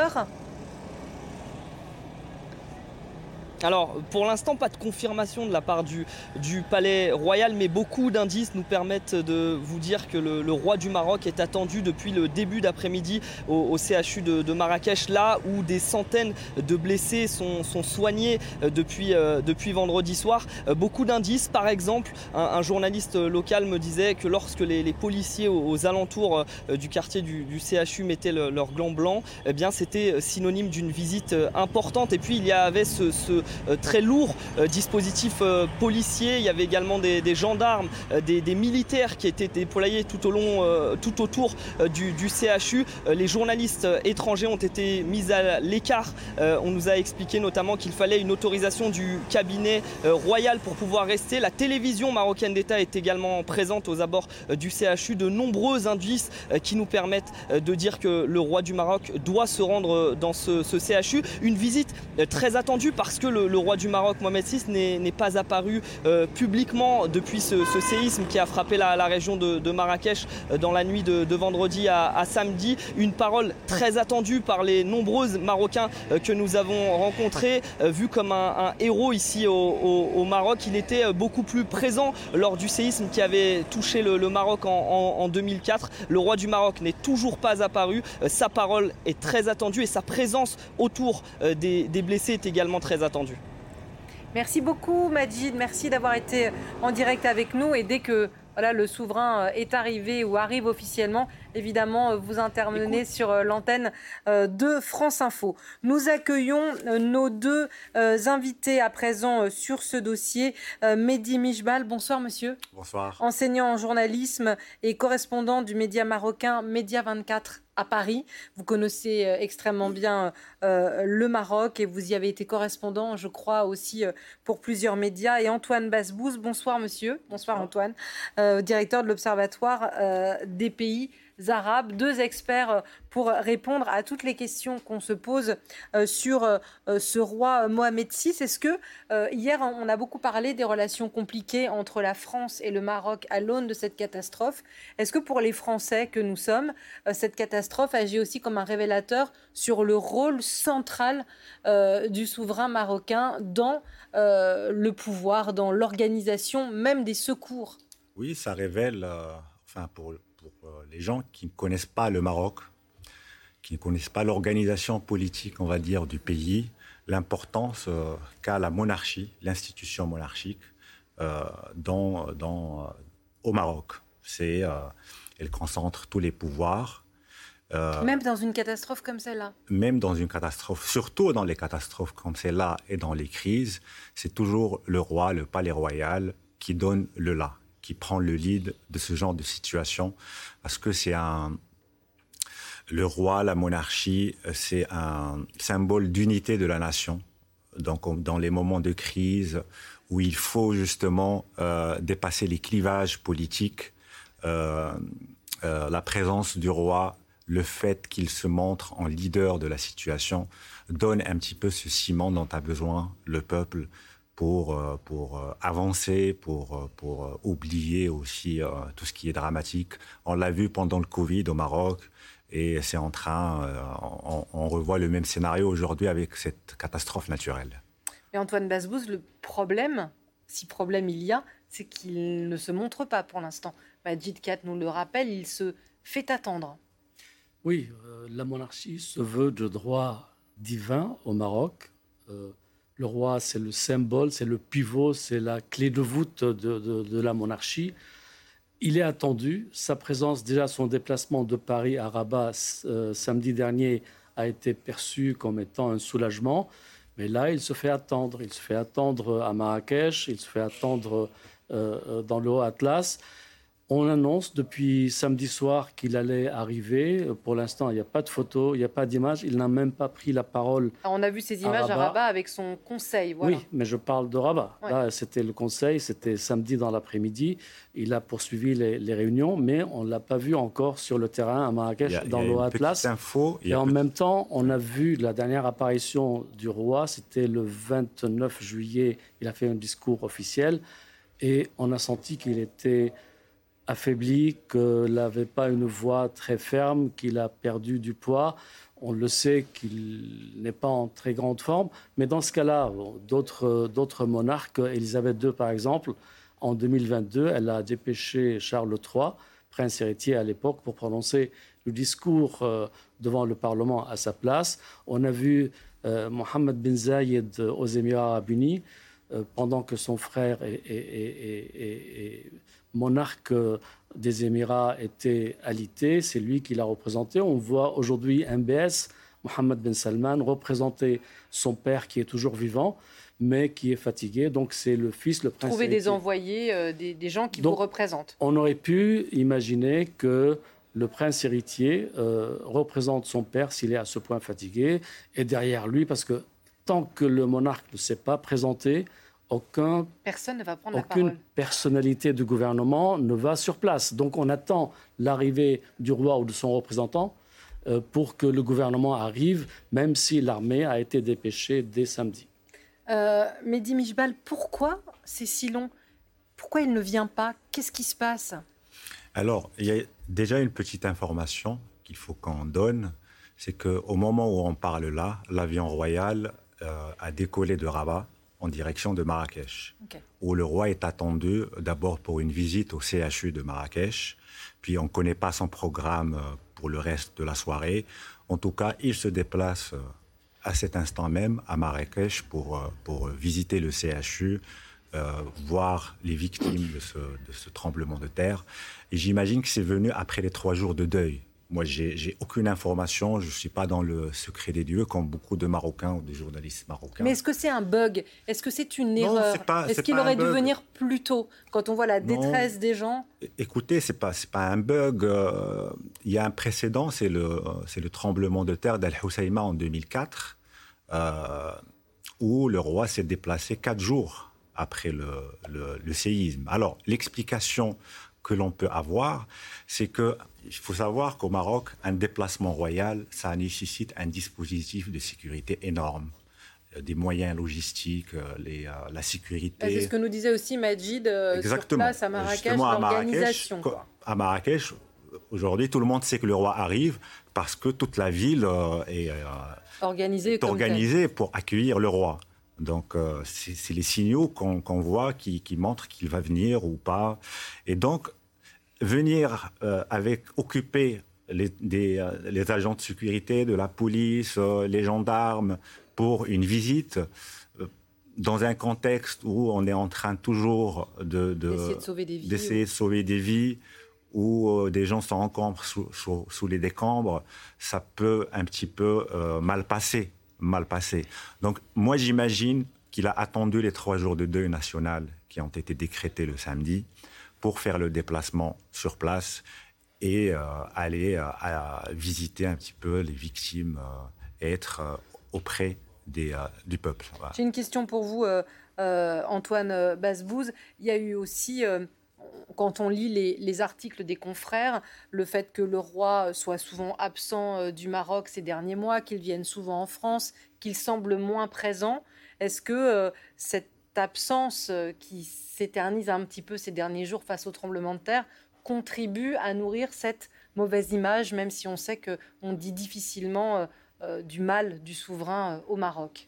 Alors, pour l'instant, pas de confirmation de la part du, du Palais Royal, mais beaucoup d'indices nous permettent de vous dire que le, le roi du Maroc est attendu depuis le début d'après-midi au, au C H U de, de Marrakech, là où des centaines de blessés sont, sont soignés depuis, euh, depuis vendredi soir. Euh, beaucoup d'indices, par exemple, un, un journaliste local me disait que lorsque les, les policiers aux, aux alentours euh, du quartier du, du C H U mettaient le, leur gland blanc, eh bien, c'était synonyme d'une visite importante. Et puis, il y avait ce... ce Euh, très lourd euh, dispositif euh, policier. Il y avait également des, des gendarmes, euh, des, des militaires qui étaient déployés tout au long, euh, tout autour euh, du, du C H U. Euh, les journalistes euh, étrangers ont été mis à l'écart. Euh, on nous a expliqué notamment qu'il fallait une autorisation du cabinet euh, royal pour pouvoir rester. La télévision marocaine d'État est également présente aux abords euh, du C H U. De nombreux indices euh, qui nous permettent euh, de dire que le roi du Maroc doit se rendre euh, dans ce, ce C H U. Une visite euh, très attendue parce que le Le, le roi du Maroc, Mohamed six, n'est pas apparu euh, publiquement depuis ce, ce séisme qui a frappé la, la région de, de Marrakech euh, dans la nuit de, de vendredi à, à samedi. Une parole très attendue par les nombreux Marocains euh, que nous avons rencontrés, euh, vu comme un, un héros ici au, au, au Maroc. Il était euh, beaucoup plus présent lors du séisme qui avait touché le, le Maroc en, en, en deux mille quatre. Le roi du Maroc n'est toujours pas apparu. Euh, sa parole est très attendue et sa présence autour euh, des, des blessés est également très attendue. Merci beaucoup Majid, merci d'avoir été en direct avec nous et dès que voilà, le souverain est arrivé ou arrive officiellement, évidemment vous intervenez Écoute. sur l'antenne de France Info. Nous accueillons nos deux invités à présent sur ce dossier. Mehdi Mishbal, bonsoir monsieur. Bonsoir. Enseignant en journalisme et correspondant du média marocain Média vingt-quatre à Paris. Vous connaissez extrêmement bien euh, le Maroc et vous y avez été correspondant, je crois, aussi euh, pour plusieurs médias. Et Antoine Basbous, bonsoir monsieur. Bonsoir Antoine, euh, directeur de l'Observatoire euh, des pays arabes. Deux experts pour répondre à toutes les questions qu'on se pose euh, sur euh, ce roi Mohamed six. Est-ce que, euh, hier, on a beaucoup parlé des relations compliquées entre la France et le Maroc à l'aune de cette catastrophe. Est-ce que pour les Français que nous sommes, euh, cette catastrophe agit aussi comme un révélateur sur le rôle central euh, du souverain marocain dans euh, le pouvoir, dans l'organisation même des secours? Oui, ça révèle, euh, enfin pour... pour les gens qui ne connaissent pas le Maroc, qui ne connaissent pas l'organisation politique, on va dire, du pays, l'importance euh, qu'a la monarchie, l'institution monarchique, euh, dans, dans, euh, au Maroc. C'est, euh, elle concentre tous les pouvoirs. Euh, même dans une catastrophe comme celle-là. Même dans une catastrophe, surtout dans les catastrophes comme celle-là et dans les crises, c'est toujours le roi, le palais royal qui donne le là, qui prend le lead de ce genre de situation, parce que c'est un... Le roi, la monarchie, c'est un symbole d'unité de la nation. Donc, on, dans les moments de crise où il faut justement euh, dépasser les clivages politiques, euh, euh, la présence du roi le fait qu'il se montre en leader de la situation donne un petit peu ce ciment dont a besoin le peuple pour, euh, pour euh, avancer, pour, euh, pour euh, oublier aussi euh, tout ce qui est dramatique. On l'a vu pendant le Covid au Maroc et c'est en train, euh, on, on revoit le même scénario aujourd'hui avec cette catastrophe naturelle. Et Antoine Bazbouz, le problème, si problème il y a, c'est qu'il ne se montre pas pour l'instant. Majid Kat nous le rappelle, il se fait attendre. Oui, euh, la monarchie se veut de droit divin au Maroc. Euh, le roi, c'est le symbole, c'est le pivot, c'est la clé de voûte de, de, de la monarchie. Il est attendu. Sa présence, déjà son déplacement de Paris à Rabat euh, samedi dernier a été perçu comme étant un soulagement. Mais là, il se fait attendre. Il se fait attendre à Marrakech, il se fait attendre euh, dans le Haut-Atlas. On annonce depuis samedi soir qu'il allait arriver. Pour l'instant, il n'y a pas de photo, il n'y a pas d'image. Il n'a même pas pris la parole. On a vu ces images à Rabat, à Rabat avec son conseil. Voilà. Oui, mais je parle de Rabat. Ouais. Là, c'était le conseil, c'était samedi dans l'après-midi. Il a poursuivi les, les réunions, mais on ne l'a pas vu encore sur le terrain à Marrakech, a, dans le Atlas. Et en petit... même temps, on a vu la dernière apparition du roi, c'était le vingt-neuf juillet. Il a fait un discours officiel et on a senti qu'il était affaibli, qu'il n'avait pas une voix très ferme, qu'il a perdu du poids. On le sait qu'il n'est pas en très grande forme. Mais dans ce cas-là, d'autres, d'autres monarques, Élisabeth deux par exemple, en deux mille vingt-deux, elle a dépêché Charles trois, prince héritier à l'époque, pour prononcer le discours devant le Parlement à sa place. On a vu euh, Mohammed bin Zayed aux Émirats arabes unis, euh, pendant que son frère est, est, est, est, est monarque des Émirats était alité, c'est lui qui l'a représenté. On voit aujourd'hui M B S, Mohammed bin Salman, représenter son père qui est toujours vivant, mais qui est fatigué. Donc c'est le fils, le prince Trouver héritier. des envoyés, euh, des, des gens qui Donc, vous représentent. On aurait pu imaginer que le prince héritier euh, représente son père s'il est à ce point fatigué, et derrière lui, parce que tant que le monarque ne s'est pas présenté, Aucun, Personne ne va prendre aucune la parole. personnalité du gouvernement ne va sur place. Donc on attend l'arrivée du roi ou de son représentant euh, pour que le gouvernement arrive, même si l'armée a été dépêchée dès samedi. Euh, Mehdi Mijbal, pourquoi c'est si long? Pourquoi il ne vient pas? Qu'est-ce qui se passe? Alors, il y a déjà une petite information qu'il faut qu'on donne, c'est qu'au moment où on parle là, l'avion royal euh, a décollé de Rabat en direction de Marrakech, okay. où le roi est attendu d'abord pour une visite au C H U de Marrakech, puis on ne connaît pas son programme pour le reste de la soirée. En tout cas, il se déplace à cet instant même à Marrakech pour, pour visiter le C H U, euh, voir les victimes de ce, de ce tremblement de terre. Et j'imagine que c'est venu après les trois jours de deuil. Moi, j'ai, j'ai aucune information, je ne suis pas dans le secret des dieux, comme beaucoup de Marocains ou de journalistes marocains. Mais est-ce que c'est un bug? Est-ce que c'est une erreur? Non, c'est pas, Est-ce c'est qu'il pas aurait un dû bug. venir plus tôt, quand on voit la détresse non. des gens? Écoutez, ce n'est pas, c'est pas un bug. Euh, il y a un précédent, c'est le, c'est le tremblement de terre d'Al Hoceima en deux mille quatre, euh, où le roi s'est déplacé quatre jours après le, le, le séisme. Alors, l'explication que l'on peut avoir, c'est que il faut savoir qu'au Maroc, un déplacement royal, ça nécessite un dispositif de sécurité énorme, des moyens logistiques, les, euh, la sécurité. C'est ce que nous disait aussi Majid euh, sur place à Marrakech, l'organisation. Quoi. À Marrakech, aujourd'hui, tout le monde sait que le roi arrive parce que toute la ville euh, est, euh, organisée, est organisée pour accueillir le roi. Donc, euh, c'est, c'est les signaux qu'on, qu'on voit qui, qui montrent qu'il va venir ou pas. Et donc, venir euh, avec, occuper les, des, euh, les agents de sécurité, de la police, euh, les gendarmes, pour une visite, euh, dans un contexte où on est en train toujours de, de, d'essayer de sauver des vies, d'essayer ou... de sauver des vies, où euh, des gens s'encombrent sous, sous, sous les décombres, ça peut un petit peu euh, mal passer. mal passé. Donc, moi, j'imagine qu'il a attendu les trois jours de deuil national qui ont été décrétés le samedi pour faire le déplacement sur place et euh, aller euh, à visiter un petit peu les victimes euh, et être euh, auprès des, euh, du peuple. Voilà. J'ai une question pour vous, euh, euh, Antoine Bazbouz. Il y a eu aussi... Euh, quand on lit les, les articles des confrères, le fait que le roi soit souvent absent du Maroc ces derniers mois, qu'il vienne souvent en France, qu'il semble moins présent, est-ce que euh, cette absence qui s'éternise un petit peu ces derniers jours face au tremblement de terre contribue à nourrir cette mauvaise image, même si on sait qu'on dit difficilement euh, euh, du mal du souverain euh, au Maroc?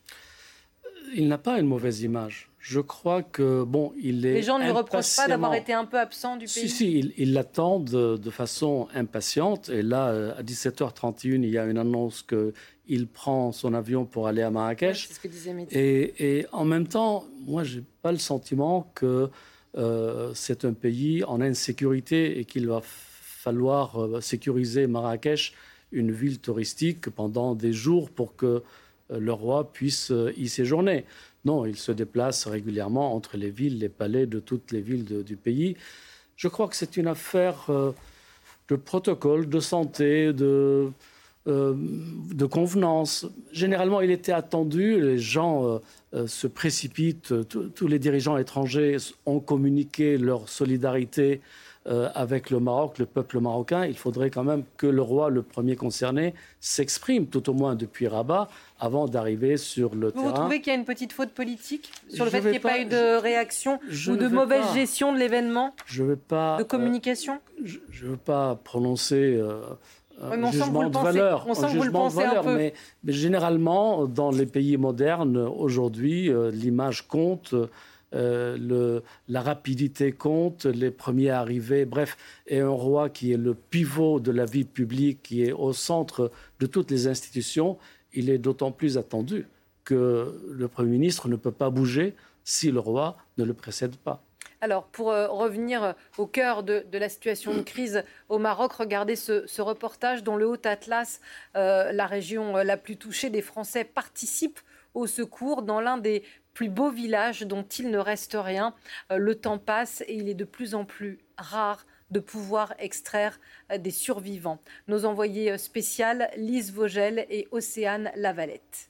Il n'a pas une mauvaise image. Je crois que, bon, il est. Les gens ne lui reprochent pas d'avoir été un peu absent du pays. Si, si, ils il l'attendent de, de façon impatiente. Et là, à dix-sept heures trente et une, il y a une annonce qu'il prend son avion pour aller à Marrakech. Ouais, c'est ce que disait Mehdi. Et, et en même temps, moi, je n'ai pas le sentiment que euh, c'est un pays en insécurité et qu'il va falloir euh, sécuriser Marrakech, une ville touristique, pendant des jours pour que euh, le roi puisse euh, y séjourner. Non, il se déplace régulièrement entre les villes, les palais de toutes les villes de, du pays. Je crois que c'est une affaire euh, de protocole, de santé, de, euh, de convenance. Généralement, il était attendu, les gens euh, euh, se précipitent, tous les dirigeants étrangers ont communiqué leur solidarité euh, avec le Maroc, le peuple marocain. Il faudrait quand même que le roi, le premier concerné, s'exprime, tout au moins depuis Rabat, avant d'arriver sur le vous terrain. Vous trouvez qu'il y a une petite faute politique sur le je fait qu'il n'y ait pas, pas eu de réaction ou de mauvaise pas, gestion de l'événement, je vais pas, de communication euh, Je ne veux pas prononcer euh, oui, un jugement de valeur, on sent un que vous le pensez valeur un peu. Mais, mais généralement, dans les pays modernes, aujourd'hui, euh, l'image compte, euh, le, la rapidité compte, les premiers arrivés, bref, et un roi qui est le pivot de la vie publique, qui est au centre de toutes les institutions, il est d'autant plus attendu que le Premier ministre ne peut pas bouger si le roi ne le précède pas. Alors, pour euh, revenir au cœur de, de la situation de crise au Maroc, regardez ce, ce reportage dont le Haut-Atlas, euh, la région la plus touchée des Français, participe au secours dans l'un des plus beaux villages dont il ne reste rien. Euh, le temps passe et il est de plus en plus rare de pouvoir extraire des survivants. Nos envoyés spéciales, Lise Vogel et Océane Lavalette.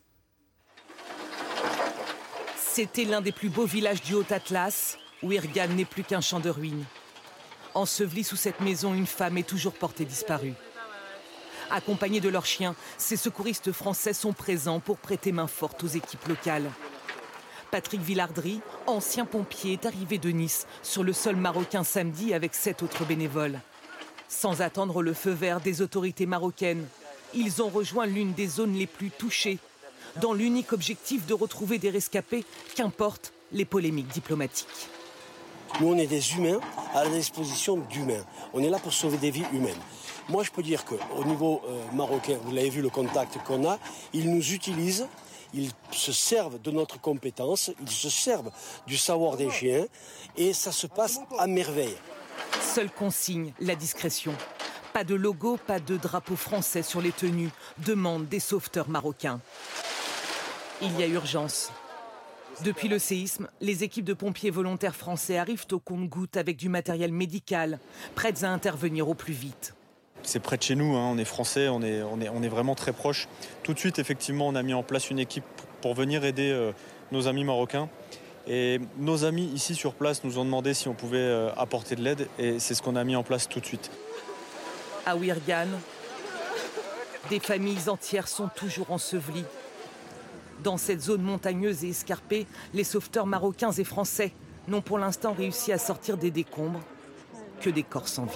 C'était l'un des plus beaux villages du Haut-Atlas, où Irgan n'est plus qu'un champ de ruines. Ensevelie sous cette maison, une femme est toujours portée disparue. Accompagnés de leurs chiens, ces secouristes français sont présents pour prêter main forte aux équipes locales. Patrick Villardry, ancien pompier, est arrivé de Nice sur le sol marocain samedi avec sept autres bénévoles. Sans attendre le feu vert des autorités marocaines, ils ont rejoint l'une des zones les plus touchées, dans l'unique objectif de retrouver des rescapés, qu'importent les polémiques diplomatiques. Nous, on est des humains à la disposition d'humains. On est là pour sauver des vies humaines. Moi, je peux dire qu'au niveau euh, marocain, vous l'avez vu, le contact qu'on a, ils nous utilisent. Ils se servent de notre compétence, ils se servent du savoir des chiens et ça se passe à merveille. Seule consigne, la discrétion. Pas de logo, pas de drapeau français sur les tenues, demandent des sauveteurs marocains. Il y a urgence. Depuis le séisme, les équipes de pompiers volontaires français arrivent au compte-gouttes avec du matériel médical, prêtes à intervenir au plus vite. C'est près de chez nous, hein. On est français, on est, on, est, on est vraiment très proches. Tout de suite, effectivement, on a mis en place une équipe pour venir aider euh, nos amis marocains. Et nos amis ici sur place nous ont demandé si on pouvait euh, apporter de l'aide et c'est ce qu'on a mis en place tout de suite. À Ouirgan, des familles entières sont toujours ensevelies. Dans cette zone montagneuse et escarpée, les sauveteurs marocains et français n'ont pour l'instant réussi à sortir des décombres que des corps sans vie.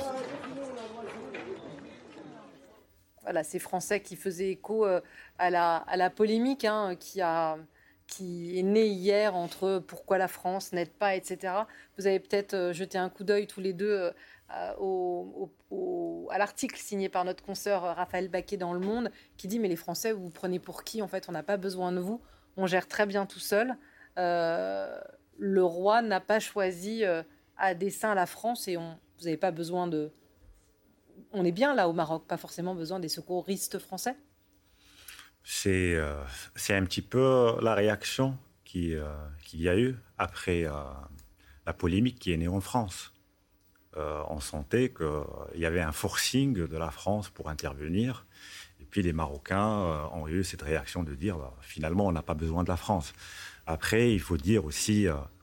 Voilà, ces Français qui faisaient écho euh, à, la, à la polémique hein, qui, a, qui est née hier entre pourquoi la France n'aide pas, et cetera. Vous avez peut-être euh, jeté un coup d'œil tous les deux euh, au, au, au, à l'article signé par notre consoeur Raphaël Baquet dans Le Monde qui dit « Mais les Français, vous vous prenez pour qui ? En fait, on n'a pas besoin de vous. On gère très bien tout seul. Euh, le roi n'a pas choisi euh, à dessein la France et on, vous n'avez pas besoin de... » On est bien là au Maroc, pas forcément besoin des secouristes français. C'est, euh, c'est un petit peu la réaction qui, euh, qu'il y a eu après euh, la polémique qui est née en France. Euh, on sentait qu'il y avait un forcing de la France pour intervenir. Et puis les Marocains euh, ont eu cette réaction de dire bah, finalement on n'a pas besoin de la France. Après, il faut dire aussi euh,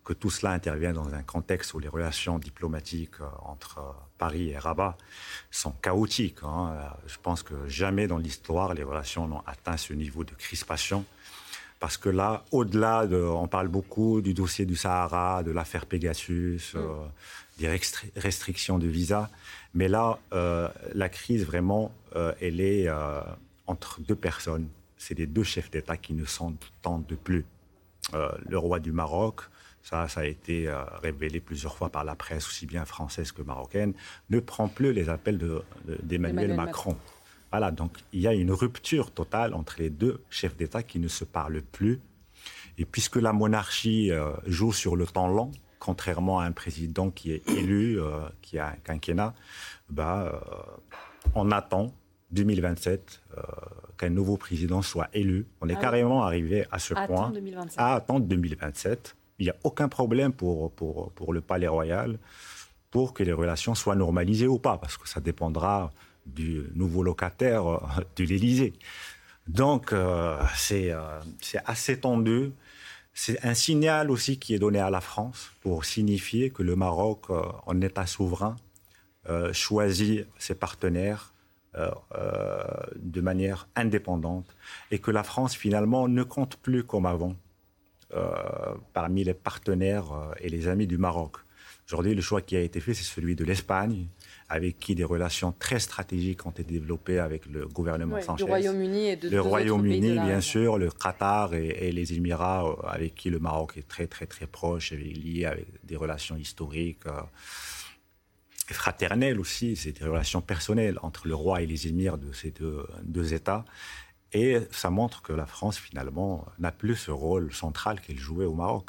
que tout cela intervient dans un contexte où les relations diplomatiques entre Paris et Rabat sont chaotiques. Hein. Je pense que jamais dans l'histoire, les relations n'ont atteint ce niveau de crispation. Parce que là, au-delà de... On parle beaucoup du dossier du Sahara, de l'affaire Pegasus, mmh. euh, des restri- restrictions de visa. Mais là, euh, la crise, vraiment, euh, elle est euh, entre deux personnes. C'est les deux chefs d'État qui ne s'entendent plus. Euh, le roi du Maroc, ça, ça a été euh, révélé plusieurs fois par la presse, aussi bien française que marocaine, ne prend plus les appels de, de, d'Emmanuel Emmanuel Macron. Macron. Voilà, donc il y a une rupture totale entre les deux chefs d'État qui ne se parlent plus. Et puisque la monarchie euh, joue sur le temps long, contrairement à un président qui est élu, euh, qui a un quinquennat, bah, euh, on attend deux mille vingt-sept euh, qu'un nouveau président soit élu. On est ah carrément oui. arrivé à ce attends point, deux mille vingt-sept. à attendre deux mille vingt-sept. Il n'y a aucun problème pour, pour, pour le Palais Royal pour que les relations soient normalisées ou pas, parce que ça dépendra du nouveau locataire de l'Élysée. Donc, euh, c'est, euh, c'est assez tendu. C'est un signal aussi qui est donné à la France pour signifier que le Maroc, euh, en État souverain, euh, choisit ses partenaires euh, euh, de manière indépendante et que la France, finalement, ne compte plus comme avant euh, parmi les partenaires euh, et les amis du Maroc. Aujourd'hui, le choix qui a été fait, c'est celui de l'Espagne, avec qui des relations très stratégiques ont été développées avec le gouvernement ouais, Sanchez. Du Royaume-Uni et de Le Royaume-Uni, bien la... sûr, le Qatar et, et les Émirats, avec qui le Maroc est très, très, très proche, et lié avec des relations historiques, euh, et fraternelles aussi. C'est des relations personnelles entre le roi et les émirs de ces deux, deux États. Et ça montre que la France, finalement, n'a plus ce rôle central qu'elle jouait au Maroc.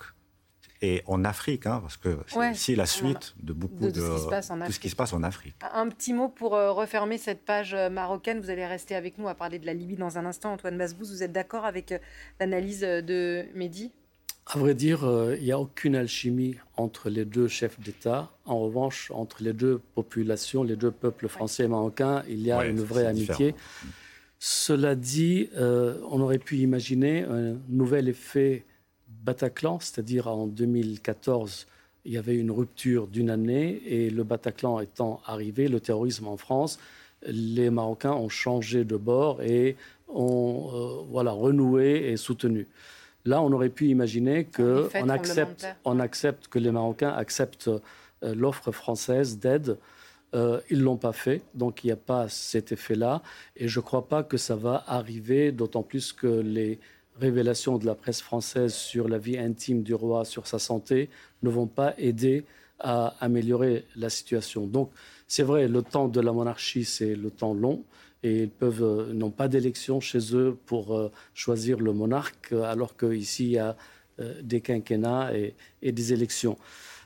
Et en Afrique, hein, parce que c'est ouais, aussi la suite de beaucoup de, de, de, ce, de ce qui se passe en Afrique. Un petit mot pour euh, refermer cette page marocaine. Vous allez rester avec nous à parler de la Libye dans un instant. Antoine Masbous, vous êtes d'accord avec euh, l'analyse de Mehdi ? À vrai dire, euh, il n'y a aucune alchimie entre les deux chefs d'État. En revanche, entre les deux populations, les deux peuples français ouais. et marocains, il y a ouais, une vraie amitié. Différent. Cela dit, euh, on aurait pu imaginer un nouvel effet Bataclan, c'est-à-dire en deux mille quatorze, il y avait une rupture d'une année et le Bataclan étant arrivé, le terrorisme en France, les Marocains ont changé de bord et ont euh, voilà, renoué et soutenu. Là, on aurait pu imaginer qu'on accepte, on accepte que les Marocains acceptent euh, l'offre française d'aide. Euh, ils ne l'ont pas fait, donc il n'y a pas cet effet-là. Et je ne crois pas que ça va arriver, d'autant plus que les révélations de la presse française sur la vie intime du roi, sur sa santé, ne vont pas aider à améliorer la situation. Donc, c'est vrai, le temps de la monarchie, c'est le temps long, et ils peuvent, euh, n'ont pas d'élection chez eux pour euh, choisir le monarque, alors qu'ici, il y a euh, des quinquennats et, et des élections.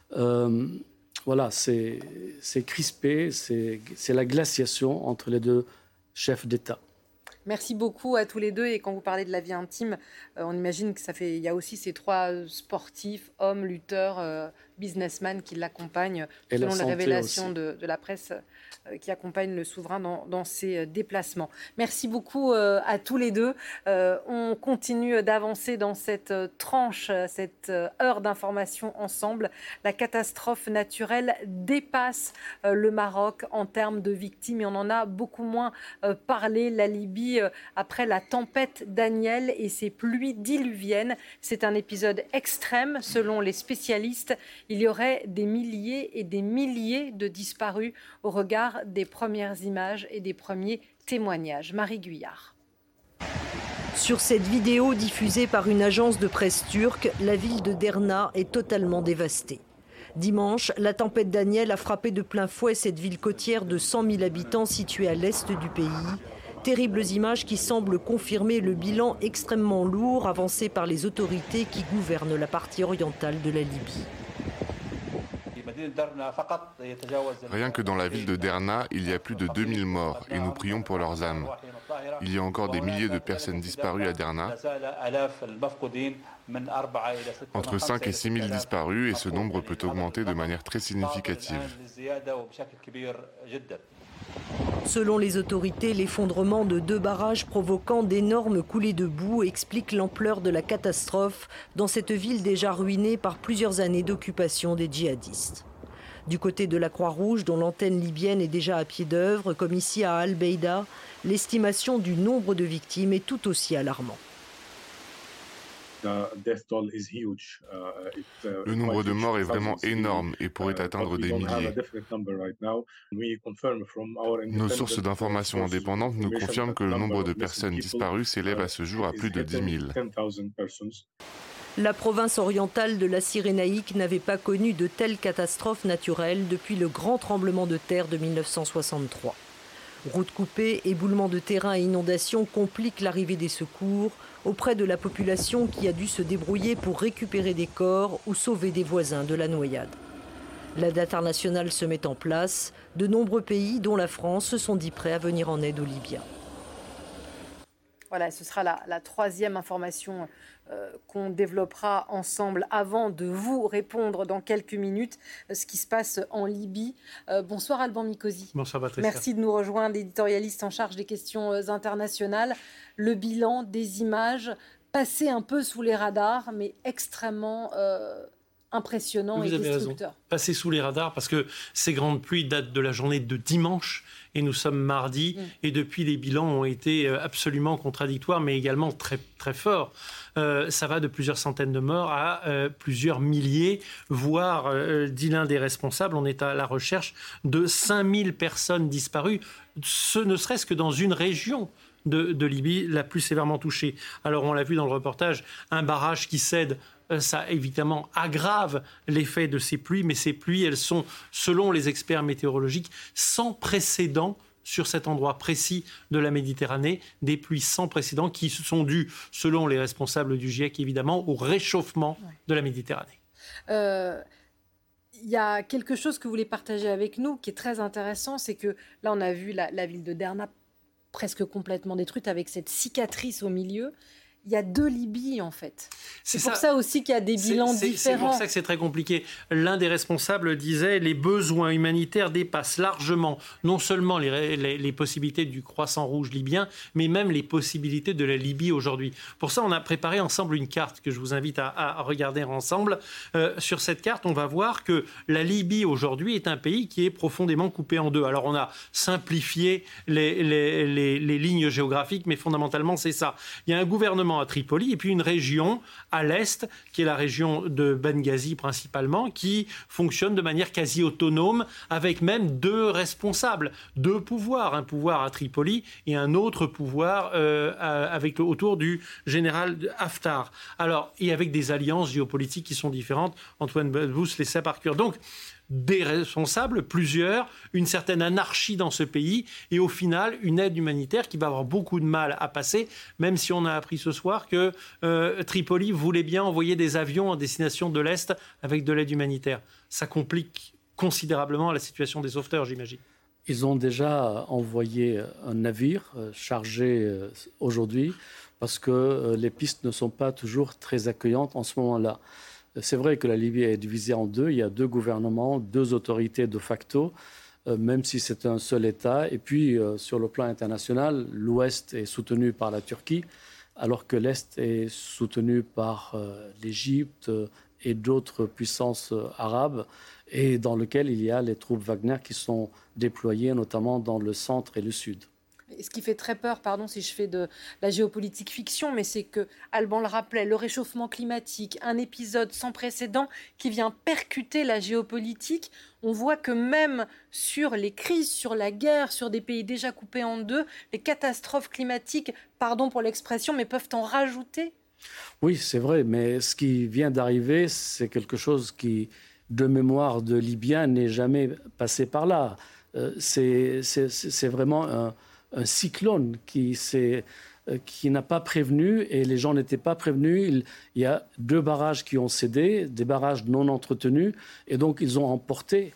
Euh, voilà, c'est, c'est crispé, c'est, c'est la glaciation entre les deux chefs d'État. Merci beaucoup à tous les deux. Et quand vous parlez de la vie intime, euh, on imagine que ça fait. Il y a aussi ces trois sportifs, hommes, lutteurs, euh, businessmen qui l'accompagnent, et selon les révélations de, de la presse euh, qui accompagne le souverain dans, dans ses déplacements. Merci beaucoup euh, à tous les deux. Euh, on continue d'avancer dans cette tranche, cette heure d'information ensemble. La catastrophe naturelle dépasse euh, le Maroc en termes de victimes et on en a beaucoup moins euh, parlé. La Libye, euh, après la tempête Daniel et ses pluies diluviennes, c'est un épisode extrême selon les spécialistes. Il y aurait des milliers et des milliers de disparus au regard des premières images et des premiers témoignages. Marie Guyard. Sur cette vidéo diffusée par une agence de presse turque, la ville de Derna est totalement dévastée. Dimanche, la tempête Daniel a frappé de plein fouet cette ville côtière de cent mille habitants située à l'est du pays. Terribles images qui semblent confirmer le bilan extrêmement lourd avancé par les autorités qui gouvernent la partie orientale de la Libye. Rien que dans la ville de Derna, il y a plus de deux mille morts et nous prions pour leurs âmes. Il y a encore des milliers de personnes disparues à Derna, entre cinq et six mille disparus, et ce nombre peut augmenter de manière très significative. Selon les autorités, l'effondrement de deux barrages provoquant d'énormes coulées de boue explique l'ampleur de la catastrophe dans cette ville déjà ruinée par plusieurs années d'occupation des djihadistes. Du côté de la Croix-Rouge, dont l'antenne libyenne est déjà à pied d'œuvre, comme ici à Al-Beida, l'estimation du nombre de victimes est tout aussi alarmante. Le nombre de morts est vraiment énorme et pourrait atteindre des milliers. Nos sources d'informations indépendantes nous confirment que le nombre de personnes disparues s'élève à ce jour à plus de dix mille. La province orientale de la Cyrénaïque n'avait pas connu de telles catastrophes naturelles depuis le grand tremblement de terre de mille neuf cent soixante-trois. Routes coupées, éboulements de terrain et inondations compliquent l'arrivée des secours auprès de la population qui a dû se débrouiller pour récupérer des corps ou sauver des voisins de la noyade. L'aide internationale se met en place. De nombreux pays, dont la France, se sont dit prêts à venir en aide aux Libyens. Voilà, ce sera la, la troisième information euh, qu'on développera ensemble avant de vous répondre dans quelques minutes euh, ce qui se passe en Libye. Euh, bonsoir Alban Mikosi. Bonsoir Patricia. Merci de nous rejoindre, l'éditorialiste en charge des questions euh, internationales. Le bilan des images passées un peu sous les radars, mais extrêmement euh, impressionnant Vous et avez destructeur. raison. Passer sous les radars parce que ces grandes pluies datent de la journée de dimanche et nous sommes mardi mmh. et depuis les bilans ont été absolument contradictoires mais également très, très forts. Euh, ça va de plusieurs centaines de morts à euh, plusieurs milliers, voire, euh, dit l'un des responsables, on est à la recherche de cinq mille personnes disparues, ce ne serait-ce que dans une région de, de Libye la plus sévèrement touchée. Alors on l'a vu dans le reportage, un barrage qui cède, ça évidemment aggrave l'effet de ces pluies, mais ces pluies, elles sont, selon les experts météorologiques, sans précédent sur cet endroit précis de la Méditerranée, des pluies sans précédent qui sont dues, selon les responsables du GIEC évidemment, au réchauffement ouais. de la Méditerranée. Euh... Il y a quelque chose que vous voulez partager avec nous qui est très intéressant, c'est que là on a vu la, la ville de Derna presque complètement détruite avec cette cicatrice au milieu. Il y a deux Libyes, en fait. C'est, c'est pour ça, ça aussi qu'il y a des bilans c'est, différents. C'est pour ça que c'est très compliqué. L'un des responsables disait « Les besoins humanitaires dépassent largement non seulement les, les, les possibilités du Croissant Rouge libyen, mais même les possibilités de la Libye aujourd'hui. » Pour ça, on a préparé ensemble une carte que je vous invite à, à regarder ensemble. Euh, sur cette carte, on va voir que la Libye aujourd'hui est un pays qui est profondément coupé en deux. Alors, on a simplifié les, les, les, les lignes géographiques, mais fondamentalement, c'est ça. Il y a un gouvernement à Tripoli et puis une région à l'est qui est la région de Benghazi principalement qui fonctionne de manière quasi autonome avec même deux responsables, deux pouvoirs, un pouvoir à Tripoli et un autre pouvoir euh, avec autour du général Haftar. Alors, et avec des alliances géopolitiques qui sont différentes, Antoine Bous les sait par cœur. Donc, des responsables, plusieurs, une certaine anarchie dans ce pays et au final une aide humanitaire qui va avoir beaucoup de mal à passer, même si on a appris ce soir que euh, Tripoli voulait bien envoyer des avions en destination de l'Est avec de l'aide humanitaire. Ça complique considérablement la situation des sauveteurs, j'imagine. Ils ont déjà envoyé un navire chargé aujourd'hui parce que les pistes ne sont pas toujours très accueillantes en ce moment-là. C'est vrai que la Libye est divisée en deux. Il y a deux gouvernements, deux autorités de facto, euh, même si c'est un seul État. Et puis, euh, sur le plan international, l'Ouest est soutenu par la Turquie, alors que l'Est est soutenu par euh, l'Égypte et d'autres puissances euh, arabes, et dans lequel il y a les troupes Wagner qui sont déployées, notamment dans le centre et le sud. Ce qui fait très peur, pardon si je fais de la géopolitique fiction, mais c'est que, Alban le rappelait, le réchauffement climatique, un épisode sans précédent qui vient percuter la géopolitique. On voit que même sur les crises, sur la guerre, sur des pays déjà coupés en deux, les catastrophes climatiques, pardon pour l'expression, mais peuvent en rajouter. Oui, c'est vrai, mais ce qui vient d'arriver, c'est quelque chose qui, de mémoire de Libyens, n'est jamais passé par là. Euh, c'est, c'est, c'est vraiment un... un cyclone qui, euh, qui n'a pas prévenu et les gens n'étaient pas prévenus. Il, il y a deux barrages qui ont cédé, des barrages non entretenus, et donc ils ont emporté,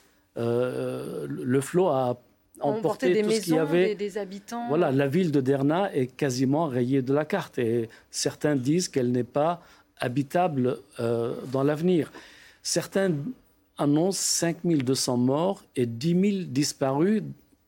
euh, le flot a emporté des tout maisons, ce qu'il y avait. Des, des habitants. Voilà, la ville de Derna est quasiment rayée de la carte et certains disent qu'elle n'est pas habitable euh, dans l'avenir. Certains annoncent cinq mille deux cents morts et dix mille disparus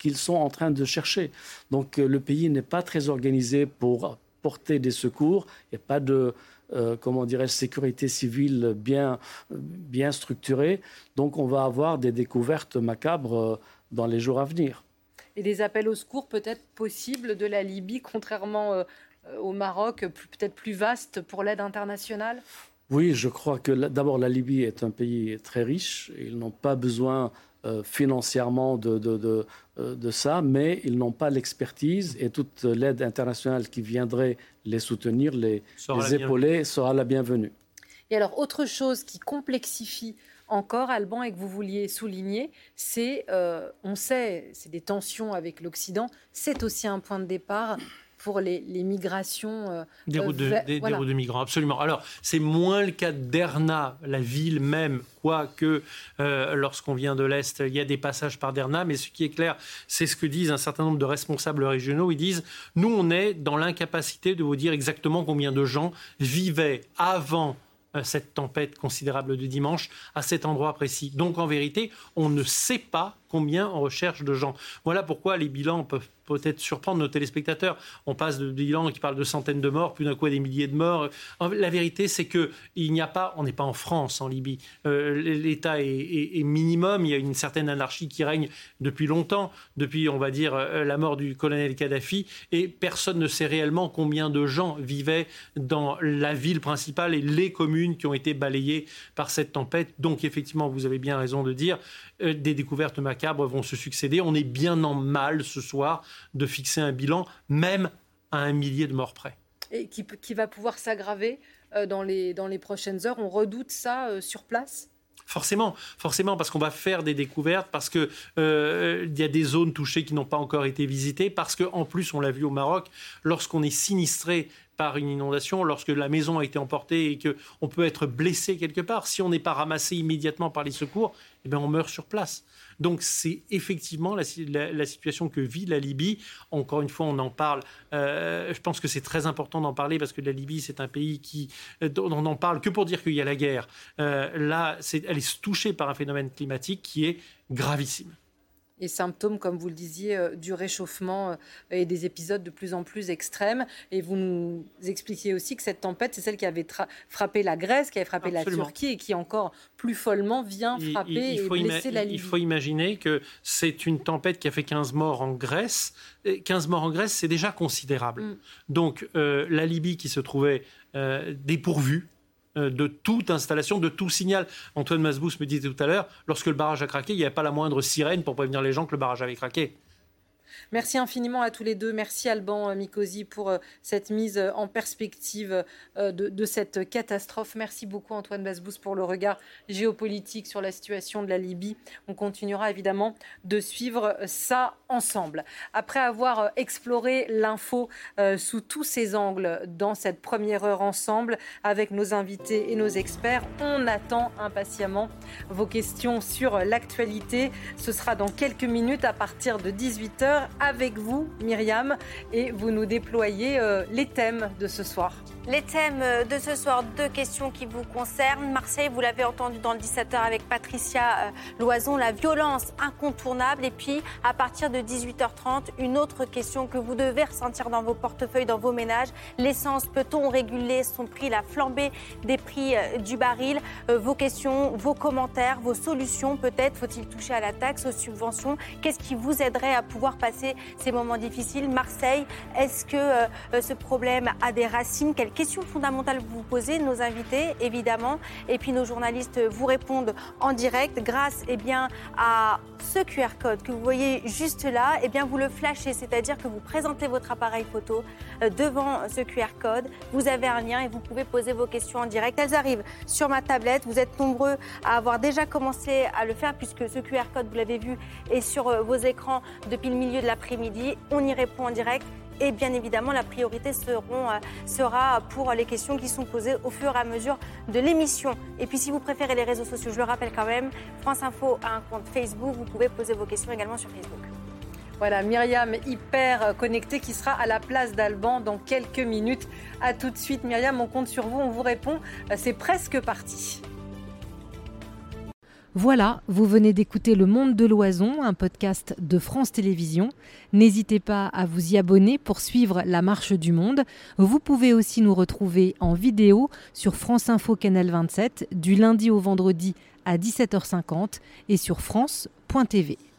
qu'ils sont en train de chercher. Donc le pays n'est pas très organisé pour porter des secours. Il n'y a pas de euh, comment dirais-je, sécurité civile bien, bien structurée. Donc on va avoir des découvertes macabres dans les jours à venir. Et des appels au secours peut-être possibles de la Libye, contrairement euh, au Maroc, plus, peut-être plus vaste pour l'aide internationale ? Oui, je crois que d'abord la Libye est un pays très riche. Ils n'ont pas besoin euh, financièrement de, de, de, de ça, mais ils n'ont pas l'expertise et toute l'aide internationale qui viendrait les soutenir, les, les épauler, sera la bienvenue. Et alors, autre chose qui complexifie encore, Alban, et que vous vouliez souligner, c'est, euh, on sait, c'est des tensions avec l'Occident, c'est aussi un point de départ pour les, les migrations. Euh, des, routes de, vers, des, voilà. des routes de migrants, absolument. Alors, c'est moins le cas de Derna, la ville même, quoique euh, lorsqu'on vient de l'Est, il y a des passages par Derna, mais ce qui est clair, c'est ce que disent un certain nombre de responsables régionaux. Ils disent, nous, on est dans l'incapacité de vous dire exactement combien de gens vivaient avant cette tempête considérable de dimanche à cet endroit précis. Donc, en vérité, on ne sait pas combien on recherche de gens. Voilà pourquoi les bilans peuvent peut-être surprendre nos téléspectateurs. On passe de bilans qui parlent de centaines de morts, puis d'un coup à des milliers de morts. La vérité, c'est que il n'y a pas, on n'est pas en France, en Libye. Euh, L'État est, est, est minimum. Il y a une certaine anarchie qui règne depuis longtemps, depuis, on va dire, la mort du colonel Kadhafi, et personne ne sait réellement combien de gens vivaient dans la ville principale et les communes qui ont été balayées par cette tempête. Donc, effectivement, vous avez bien raison de dire, euh, des découvertes macabres vont se succéder. On est bien en mal ce soir de fixer un bilan, même à un millier de morts près. Et qui, qui va pouvoir s'aggraver euh, dans, les, dans les prochaines heures. On redoute ça euh, sur place ? Forcément, forcément, parce qu'on va faire des découvertes, parce qu'il euh, y a des zones touchées qui n'ont pas encore été visitées, parce qu'en plus, on l'a vu au Maroc, lorsqu'on est sinistré par une inondation, lorsque la maison a été emportée et qu'on peut être blessé quelque part, si on n'est pas ramassé immédiatement par les secours, eh bien on meurt sur place. Donc c'est effectivement la, la, la situation que vit la Libye. Encore une fois, on en parle. Euh, je pense que c'est très important d'en parler parce que la Libye, c'est un pays qui, dont on n'en parle que pour dire qu'il y a la guerre. Euh, là, c'est, elle est touchée par un phénomène climatique qui est gravissime. Et symptômes, comme vous le disiez, euh, du réchauffement euh, et des épisodes de plus en plus extrêmes. Et vous nous expliquiez aussi que cette tempête, c'est celle qui avait tra- frappé la Grèce, qui avait frappé Absolument. la Turquie et qui encore plus follement vient frapper il, il, il et blesser ima- la Libye. Il faut imaginer que c'est une tempête qui a fait quinze morts en Grèce. Et quinze morts en Grèce, c'est déjà considérable. Mm. Donc euh, la Libye qui se trouvait euh, dépourvue de toute installation, de tout signal. Antoine Masbous me disait tout à l'heure, lorsque le barrage a craqué, il n'y avait pas la moindre sirène pour prévenir les gens que le barrage avait craqué. Merci infiniment à tous les deux. Merci Alban Mikosi pour euh, cette mise en perspective euh, de, de cette catastrophe. Merci beaucoup Antoine Masbous pour le regard géopolitique sur la situation de la Libye. On continuera évidemment de suivre ça ensemble. Après avoir exploré l'info euh, sous tous ses angles dans cette première heure ensemble avec nos invités et nos experts, on attend impatiemment vos questions sur l'actualité. Ce sera dans quelques minutes à partir de dix-huit heures. Avec vous, Myriam, et vous nous déployez euh, les thèmes de ce soir. Les thèmes de ce soir, deux questions qui vous concernent. Marseille, vous l'avez entendu dans le dix-sept heures avec Patricia euh, Loison, la violence incontournable. Et puis, à partir de dix-huit heures trente, une autre question que vous devez ressentir dans vos portefeuilles, dans vos ménages. L'essence, peut-on réguler son prix, la flambée des prix euh, du baril? euh, Vos questions, vos commentaires, vos solutions, peut-être faut-il toucher à la taxe, aux subventions? Qu'est-ce qui vous aiderait à pouvoir passer ces moments difficiles? Marseille, est-ce que euh, ce problème a des racines? Quelles questions fondamentales vous vous posez? Nos invités, évidemment, et puis nos journalistes vous répondent en direct grâce eh bien, à ce Q R code que vous voyez juste là. Eh bien, vous le flashez, c'est-à-dire que vous présentez votre appareil photo euh, devant ce Q R code. Vous avez un lien et vous pouvez poser vos questions en direct. Elles arrivent sur ma tablette. Vous êtes nombreux à avoir déjà commencé à le faire puisque ce Q R code, vous l'avez vu, est sur euh, vos écrans depuis le milieu de l'après-midi. On y répond en direct. Et bien évidemment, la priorité seront, euh, sera pour les questions qui sont posées au fur et à mesure de l'émission. Et puis si vous préférez les réseaux sociaux, je le rappelle quand même, France Info a un compte Facebook, vous pouvez poser vos questions également sur Facebook. Voilà, Myriam hyper connectée qui sera à la place d'Alban dans quelques minutes. A tout de suite Myriam, on compte sur vous, on vous répond, c'est presque parti. Voilà, vous venez d'écouter Le Monde de l'Oison, un podcast de France Télévisions. N'hésitez pas à vous y abonner pour suivre la marche du monde. Vous pouvez aussi nous retrouver en vidéo sur France Info Canal vingt-sept du lundi au vendredi à dix-sept heures cinquante et sur France point T V.